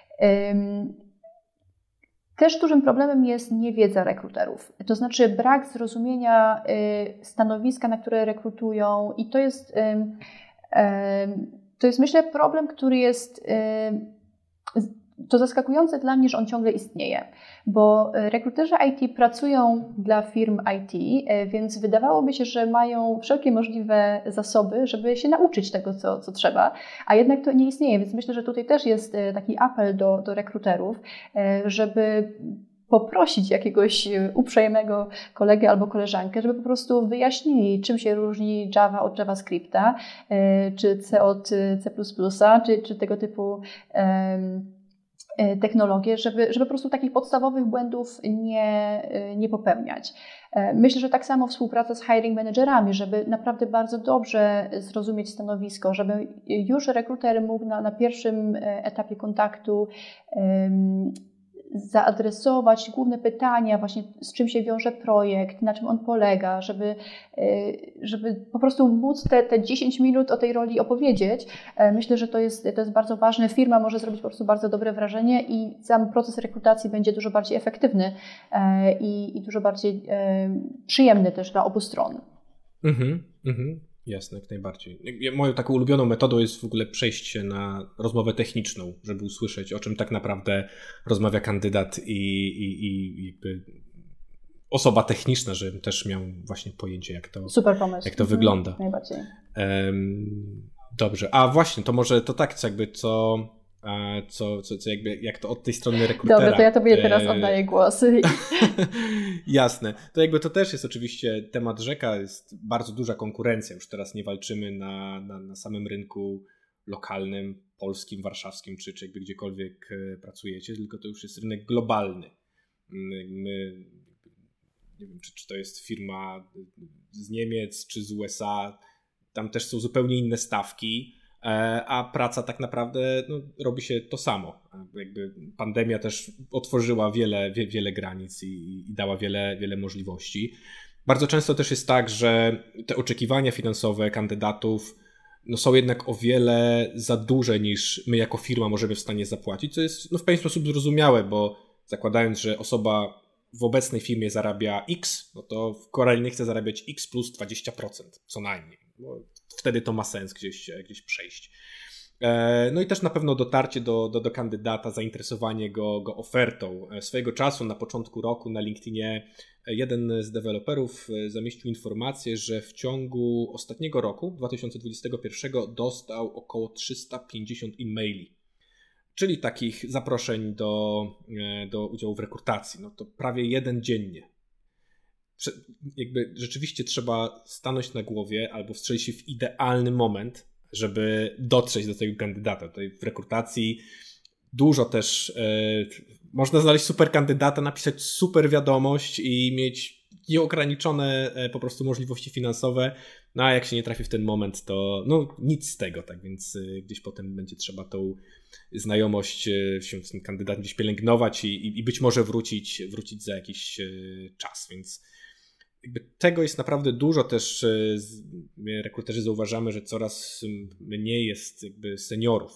Też dużym problemem jest niewiedza rekruterów. To znaczy brak zrozumienia stanowiska, na które rekrutują i to jest, to jest myślę problem, który jest to zaskakujące dla mnie, że on ciągle istnieje, bo rekruterzy I T pracują dla firm I T, więc wydawałoby się, że mają wszelkie możliwe zasoby, żeby się nauczyć tego, co, co trzeba, a jednak to nie istnieje, więc myślę, że tutaj też jest taki apel do, do rekruterów, żeby poprosić jakiegoś uprzejmego kolegę albo koleżankę, żeby po prostu wyjaśnili, czym się różni Java od JavaScripta, czy C od C plus plus, czy, czy tego typu um, technologie, żeby, żeby po prostu takich podstawowych błędów nie, nie popełniać. Myślę, że tak samo współpraca z hiring managerami, żeby naprawdę bardzo dobrze zrozumieć stanowisko, żeby już rekruter mógł na, na pierwszym etapie kontaktu um, zaadresować główne pytania, właśnie z czym się wiąże projekt, na czym on polega, żeby, żeby po prostu móc te, te dziesięć minut o tej roli opowiedzieć. Myślę, że to jest, to jest bardzo ważne. Firma może zrobić po prostu bardzo dobre wrażenie i sam proces rekrutacji będzie dużo bardziej efektywny i, i dużo bardziej przyjemny też dla obu stron. Mhm, mhm. Jasne, jak najbardziej. Moją taką ulubioną metodą jest w ogóle przejście na rozmowę techniczną, żeby usłyszeć, o czym tak naprawdę rozmawia kandydat i, i, i jakby osoba techniczna, żebym też miał właśnie pojęcie, jak to, Super pomysł. Jak to mhm. wygląda. Najbardziej. Um, dobrze, a właśnie, to może to tak, co jakby co... Co, co, co jakby, jak to od tej strony rekrutera. Dobra, to ja tobie teraz oddaję głos. Jasne. To jakby to też jest oczywiście temat rzeka, jest bardzo duża konkurencja. Już teraz nie walczymy na, na, na samym rynku lokalnym, polskim, warszawskim, czy, czy jakby gdziekolwiek pracujecie, tylko to już jest rynek globalny. My, nie wiem, czy, czy to jest firma z Niemiec, czy z U S A, tam też są zupełnie inne stawki, a praca tak naprawdę no, robi się to samo. Jakby pandemia też otworzyła wiele, wie, wiele granic i, i dała wiele, wiele możliwości. Bardzo często też jest tak, że te oczekiwania finansowe kandydatów no, są jednak o wiele za duże niż my jako firma możemy w stanie zapłacić, co jest no, w pewien sposób zrozumiałe, bo zakładając, że osoba w obecnej firmie zarabia X, no to w kolejnej chce zarabiać X plus dwadzieścia procent co najmniej. Bo wtedy to ma sens gdzieś, gdzieś przejść. No i też na pewno dotarcie do, do, do kandydata, zainteresowanie go, go ofertą. Swojego czasu na początku roku na LinkedInie jeden z deweloperów zamieścił informację, że w ciągu ostatniego roku, dwa tysiące dwudziestego pierwszego, dostał około trzysta pięćdziesiąt e-maili, czyli takich zaproszeń do, do udziału w rekrutacji. No to prawie jeden dziennie. Jakby rzeczywiście trzeba stanąć na głowie albo wstrzelić się w idealny moment, żeby dotrzeć do tego kandydata. Tutaj w rekrutacji dużo też yy, można znaleźć super kandydata, napisać super wiadomość i mieć nieograniczone yy, po prostu możliwości finansowe, no a jak się nie trafi w ten moment, to no nic z tego, tak więc yy, gdzieś potem będzie trzeba tą znajomość yy, się z tym kandydatem gdzieś pielęgnować i, i, i być może wrócić, wrócić za jakiś yy, czas, więc jakby tego jest naprawdę dużo też. My rekruterzy zauważamy, że coraz mniej jest jakby seniorów,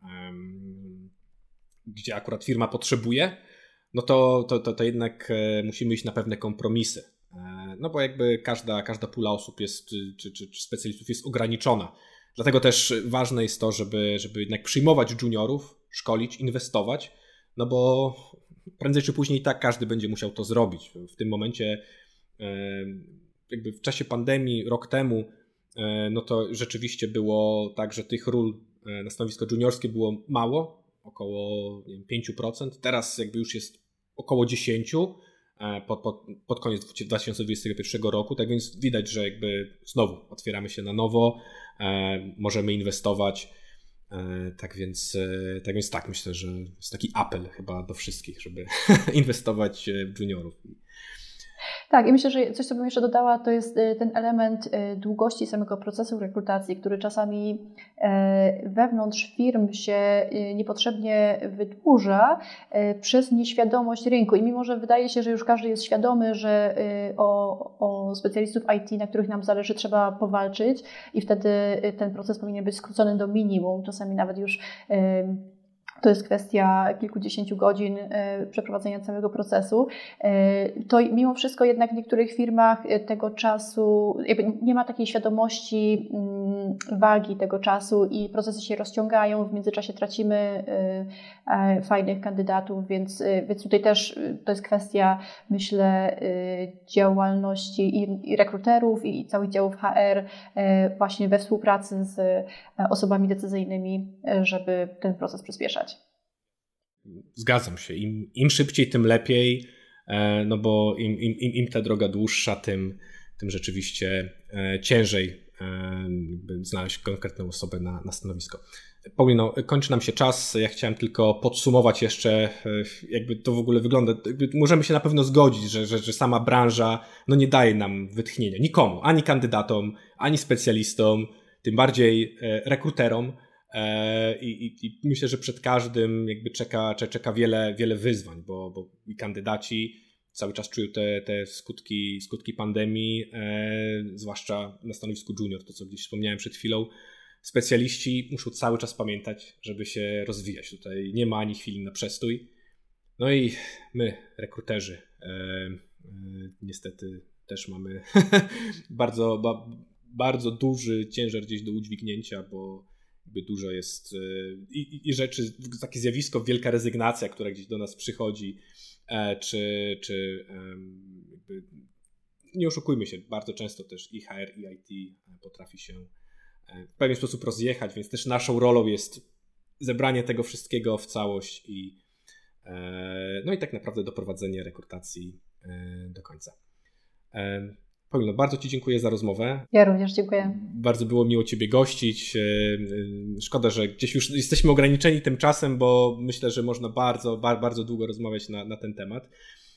gdzie akurat firma potrzebuje, no to, to, to, to jednak musimy iść na pewne kompromisy. No bo jakby każda, każda pula osób jest, czy, czy, czy specjalistów jest ograniczona. Dlatego też ważne jest to, żeby, żeby jednak przyjmować juniorów, szkolić, inwestować, no bo prędzej czy później tak każdy będzie musiał to zrobić. W tym momencie jakby w czasie pandemii rok temu, no to rzeczywiście było tak, że tych ról na stanowisko juniorskie było mało, około nie wiem, pięć procent. Teraz jakby już jest około dziesięć procent pod, pod, pod koniec dwa tysiące dwudziestego pierwszego roku, tak więc widać, że jakby znowu otwieramy się na nowo, możemy inwestować, tak więc, tak więc tak, myślę, że jest taki apel chyba do wszystkich, żeby inwestować w juniorów. Tak, i myślę, że coś, co bym jeszcze dodała, to jest ten element długości samego procesu rekrutacji, który czasami wewnątrz firm się niepotrzebnie wydłuża przez nieświadomość rynku. I mimo, że wydaje się, że już każdy jest świadomy, że o, o specjalistów I T, na których nam zależy, trzeba powalczyć i wtedy ten proces powinien być skrócony do minimum, czasami nawet już to jest kwestia kilkudziesięciu godzin przeprowadzenia całego procesu, to mimo wszystko jednak w niektórych firmach tego czasu, jakby nie ma takiej świadomości wagi tego czasu i procesy się rozciągają, w międzyczasie tracimy fajnych kandydatów, więc, więc tutaj też to jest kwestia, myślę, działalności i, i rekruterów i całych działów H R właśnie we współpracy z osobami decyzyjnymi, żeby ten proces przyspieszać. Zgadzam się. Im, im szybciej, tym lepiej, no bo im, im, im ta droga dłuższa, tym, tym rzeczywiście ciężej znaleźć konkretną osobę na, na stanowisko. Paulino, kończy nam się czas. Ja chciałem tylko podsumować jeszcze, jakby to w ogóle wygląda. Jakby możemy się na pewno zgodzić, że, że, że sama branża no nie daje nam wytchnienia. Nikomu, ani kandydatom, ani specjalistom, tym bardziej rekruterom. I, i, i myślę, że przed każdym jakby czeka, czeka wiele, wiele wyzwań, bo, bo i kandydaci cały czas czują te, te skutki, skutki pandemii, zwłaszcza na stanowisku junior, to co gdzieś wspomniałem przed chwilą. Specjaliści muszą cały czas pamiętać, żeby się rozwijać. Tutaj nie ma ani chwili na przestój. No i my, rekruterzy, e, e, niestety też mamy bardzo, ba, bardzo duży ciężar gdzieś do udźwignięcia, bo jakby dużo jest e, i, i rzeczy, takie zjawisko, wielka rezygnacja, która gdzieś do nas przychodzi, e, czy, czy e, jakby, nie oszukujmy się, bardzo często też i H R, i I T potrafi się w pewien sposób rozjechać, więc też naszą rolą jest zebranie tego wszystkiego w całość i no i tak naprawdę doprowadzenie rekrutacji do końca. Paulino, bardzo Ci dziękuję za rozmowę. Ja również dziękuję. Bardzo było miło Ciebie gościć. Szkoda, że gdzieś już jesteśmy ograniczeni tym czasem, bo myślę, że można bardzo, bardzo długo rozmawiać na, na ten temat.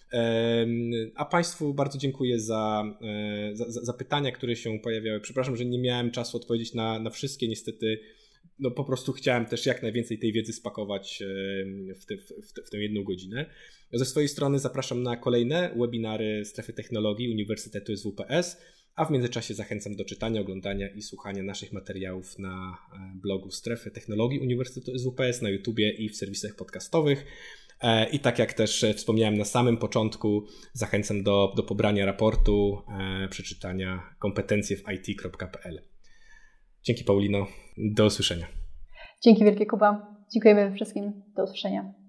A Państwu bardzo dziękuję za, za, za pytania, które się pojawiały. Przepraszam, że nie miałem czasu odpowiedzieć na, na wszystkie. Niestety no po prostu chciałem też jak najwięcej tej wiedzy spakować w, te, w, te, w tę jedną godzinę. Ze swojej strony zapraszam na kolejne webinary Strefy Technologii Uniwersytetu S W P S, a w międzyczasie zachęcam do czytania, oglądania i słuchania naszych materiałów na blogu Strefy Technologii Uniwersytetu S W P S, na YouTubie i w serwisach podcastowych. I tak jak też wspomniałem na samym początku, zachęcam do, do pobrania raportu, e, przeczytania kompetencje w i t kropka p l. Dzięki Paulino, do usłyszenia. Dzięki wielkie Kuba, dziękujemy wszystkim, do usłyszenia.